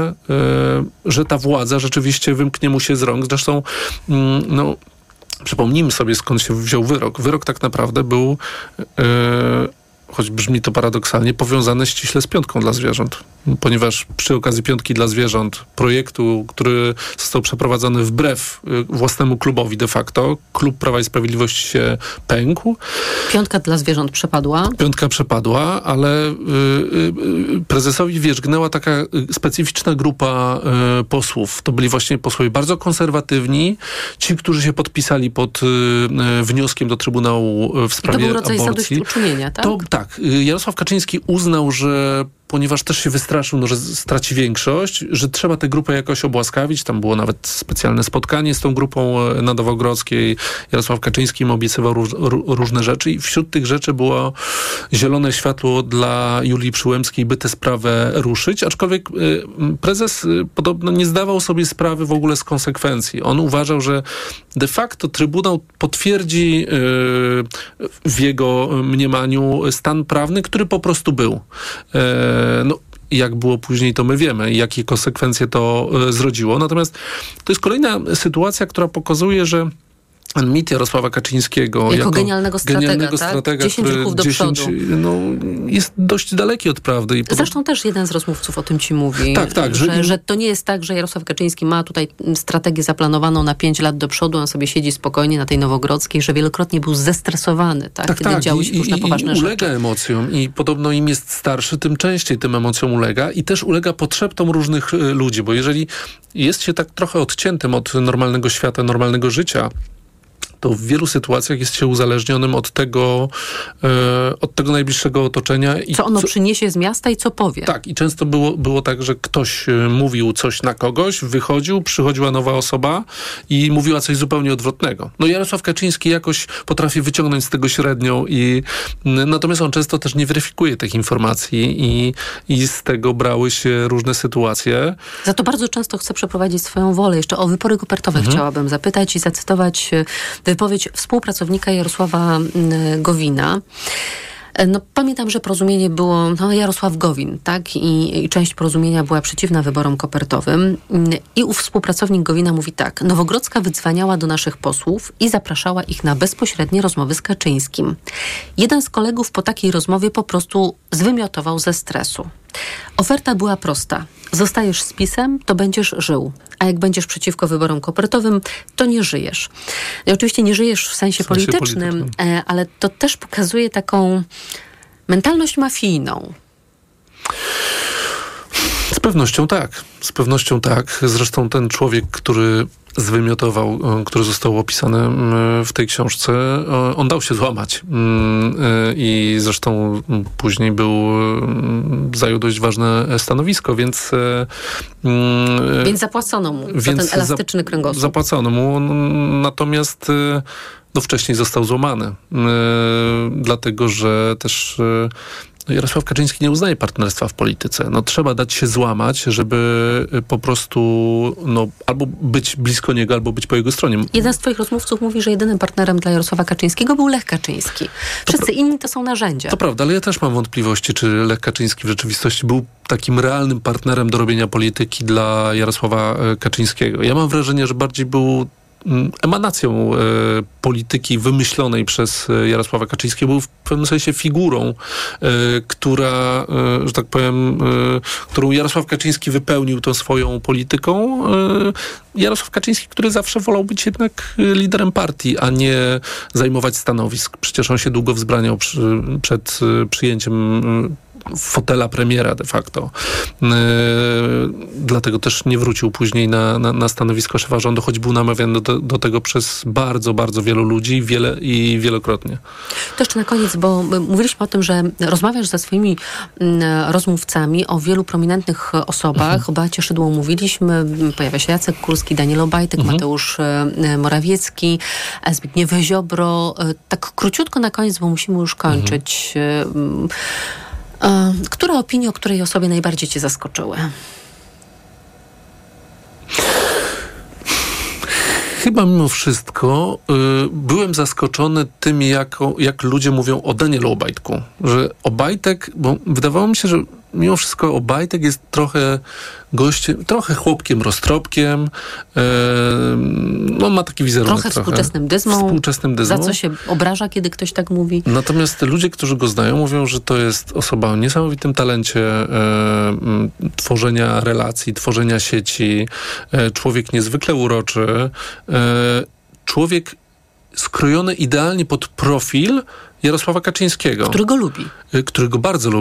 że ta władza rzeczywiście wymknie mu się z rąk. Zresztą przypomnijmy sobie, skąd się wziął wyrok. Wyrok tak naprawdę był choć brzmi to paradoksalnie, powiązane ściśle z Piątką dla zwierząt. Ponieważ przy okazji Piątki dla zwierząt, projektu, który został przeprowadzony wbrew własnemu klubowi de facto, klub Prawa i Sprawiedliwości się pękł. Piątka dla zwierząt przepadła. Piątka przepadła, ale prezesowi wierzgnęła taka specyficzna grupa posłów. To byli właśnie posłowie bardzo konserwatywni, ci, którzy się podpisali pod wnioskiem do Trybunału w sprawie aborcji. To był rodzaj zadośćuczynienia, tak? Tak. Jarosław Kaczyński uznał, że ponieważ też się wystraszył, że straci większość, że trzeba tę grupę jakoś obłaskawić. Tam było nawet specjalne spotkanie z tą grupą na Nowogrodzkiej. Jarosław Kaczyński im obiecywał różne rzeczy i wśród tych rzeczy było zielone światło dla Julii Przyłębskiej, by tę sprawę ruszyć. Aczkolwiek prezes podobno nie zdawał sobie sprawy w ogóle z konsekwencji. On uważał, że de facto Trybunał potwierdzi w jego mniemaniu stan prawny, który po prostu był. Jak było później, to my wiemy, jakie konsekwencje to zrodziło. Natomiast to jest kolejna sytuacja, która pokazuje, że mit Jarosława Kaczyńskiego jako genialnego stratega 10 ruchów do przodu. Jest dość daleki od prawdy. Zresztą też jeden z rozmówców o tym ci mówi. Tak, że to nie jest tak, że Jarosław Kaczyński ma tutaj strategię zaplanowaną na 5 lat do przodu, on sobie siedzi spokojnie na tej Nowogrodzkiej, że wielokrotnie był zestresowany, kiedy działy się różne poważne rzeczy. Ulega emocjom i podobno im jest starszy, tym częściej tym emocjom ulega i też ulega potrzeptom różnych ludzi, bo jeżeli jest się tak trochę odciętym od normalnego świata, normalnego życia, to w wielu sytuacjach jest się uzależnionym od tego najbliższego otoczenia. Co ono przyniesie z miasta i co powie. Tak, i często było tak, że ktoś mówił coś na kogoś, przychodziła nowa osoba i mówiła coś zupełnie odwrotnego. Jarosław Kaczyński jakoś potrafi wyciągnąć z tego średnią natomiast on często też nie weryfikuje tych informacji i z tego brały się różne sytuacje. Za to bardzo często chce przeprowadzić swoją wolę. Jeszcze o wybory kopertowe chciałabym zapytać i zacytować wypowiedź współpracownika Jarosława Gowina. Pamiętam, że porozumienie było Jarosław Gowin, tak? I część porozumienia była przeciwna wyborom kopertowym. I ów współpracownik Gowina mówi tak. Nowogrodzka wydzwaniała do naszych posłów i zapraszała ich na bezpośrednie rozmowy z Kaczyńskim. Jeden z kolegów po takiej rozmowie po prostu zwymiotował ze stresu. Oferta była prosta. Zostajesz z PiS-em, to będziesz żył. A jak będziesz przeciwko wyborom kopertowym, to nie żyjesz. I oczywiście nie żyjesz w sensie politycznym, ale to też pokazuje taką mentalność mafijną. Z pewnością tak. Zresztą ten człowiek, który zwymiotował, który został opisany w tej książce, on dał się złamać. I zresztą później zajął dość ważne stanowisko, więc zapłacono mu za ten elastyczny kręgosłup. Zapłacono mu, natomiast wcześniej został złamany. Dlatego, że też Jarosław Kaczyński nie uznaje partnerstwa w polityce. Trzeba dać się złamać, żeby po prostu albo być blisko niego, albo być po jego stronie. Jeden z twoich rozmówców mówi, że jedynym partnerem dla Jarosława Kaczyńskiego był Lech Kaczyński. Wszyscy inni to są narzędzia. To prawda, ale ja też mam wątpliwości, czy Lech Kaczyński w rzeczywistości był takim realnym partnerem do robienia polityki dla Jarosława Kaczyńskiego. Ja mam wrażenie, że bardziej był emanacją polityki wymyślonej przez Jarosława Kaczyńskiego, był w pewnym sensie figurą, która, że tak powiem, którą Jarosław Kaczyński wypełnił tą swoją polityką. Jarosław Kaczyński, który zawsze wolał być jednak liderem partii, a nie zajmować stanowisk. Przecież on się długo wzbraniał przed przyjęciem fotela premiera de facto. Dlatego też nie wrócił później na stanowisko szefa rządu, choć był namawiany do tego przez bardzo, bardzo wielu ludzi i wielokrotnie. To jeszcze na koniec, bo mówiliśmy o tym, że rozmawiasz ze swoimi rozmówcami o wielu prominentnych osobach. O Beacie Szydło mówiliśmy, pojawia się Jacek Kurski, Daniel Obajtek, Mateusz Morawiecki, Zbigniew Ziobro. Tak króciutko na koniec, bo musimy już kończyć. Które opinie, o której osobie najbardziej cię zaskoczyły? Chyba mimo wszystko byłem zaskoczony tym, jak ludzie mówią o Danielu Obajtku. Że Obajtek, bo wydawało mi się, że mimo wszystko Obajtek jest trochę gościem, trochę chłopkiem roztropkiem. Ma taki wizerunek trochę współczesnym dyzmą. Za co się obraża, kiedy ktoś tak mówi. Natomiast ludzie, którzy go znają, mówią, że to jest osoba o niesamowitym talencie tworzenia relacji, tworzenia sieci. Człowiek niezwykle uroczy. Człowiek skrojony idealnie pod profil Jarosława Kaczyńskiego. Który go lubi. Który go bardzo lubi.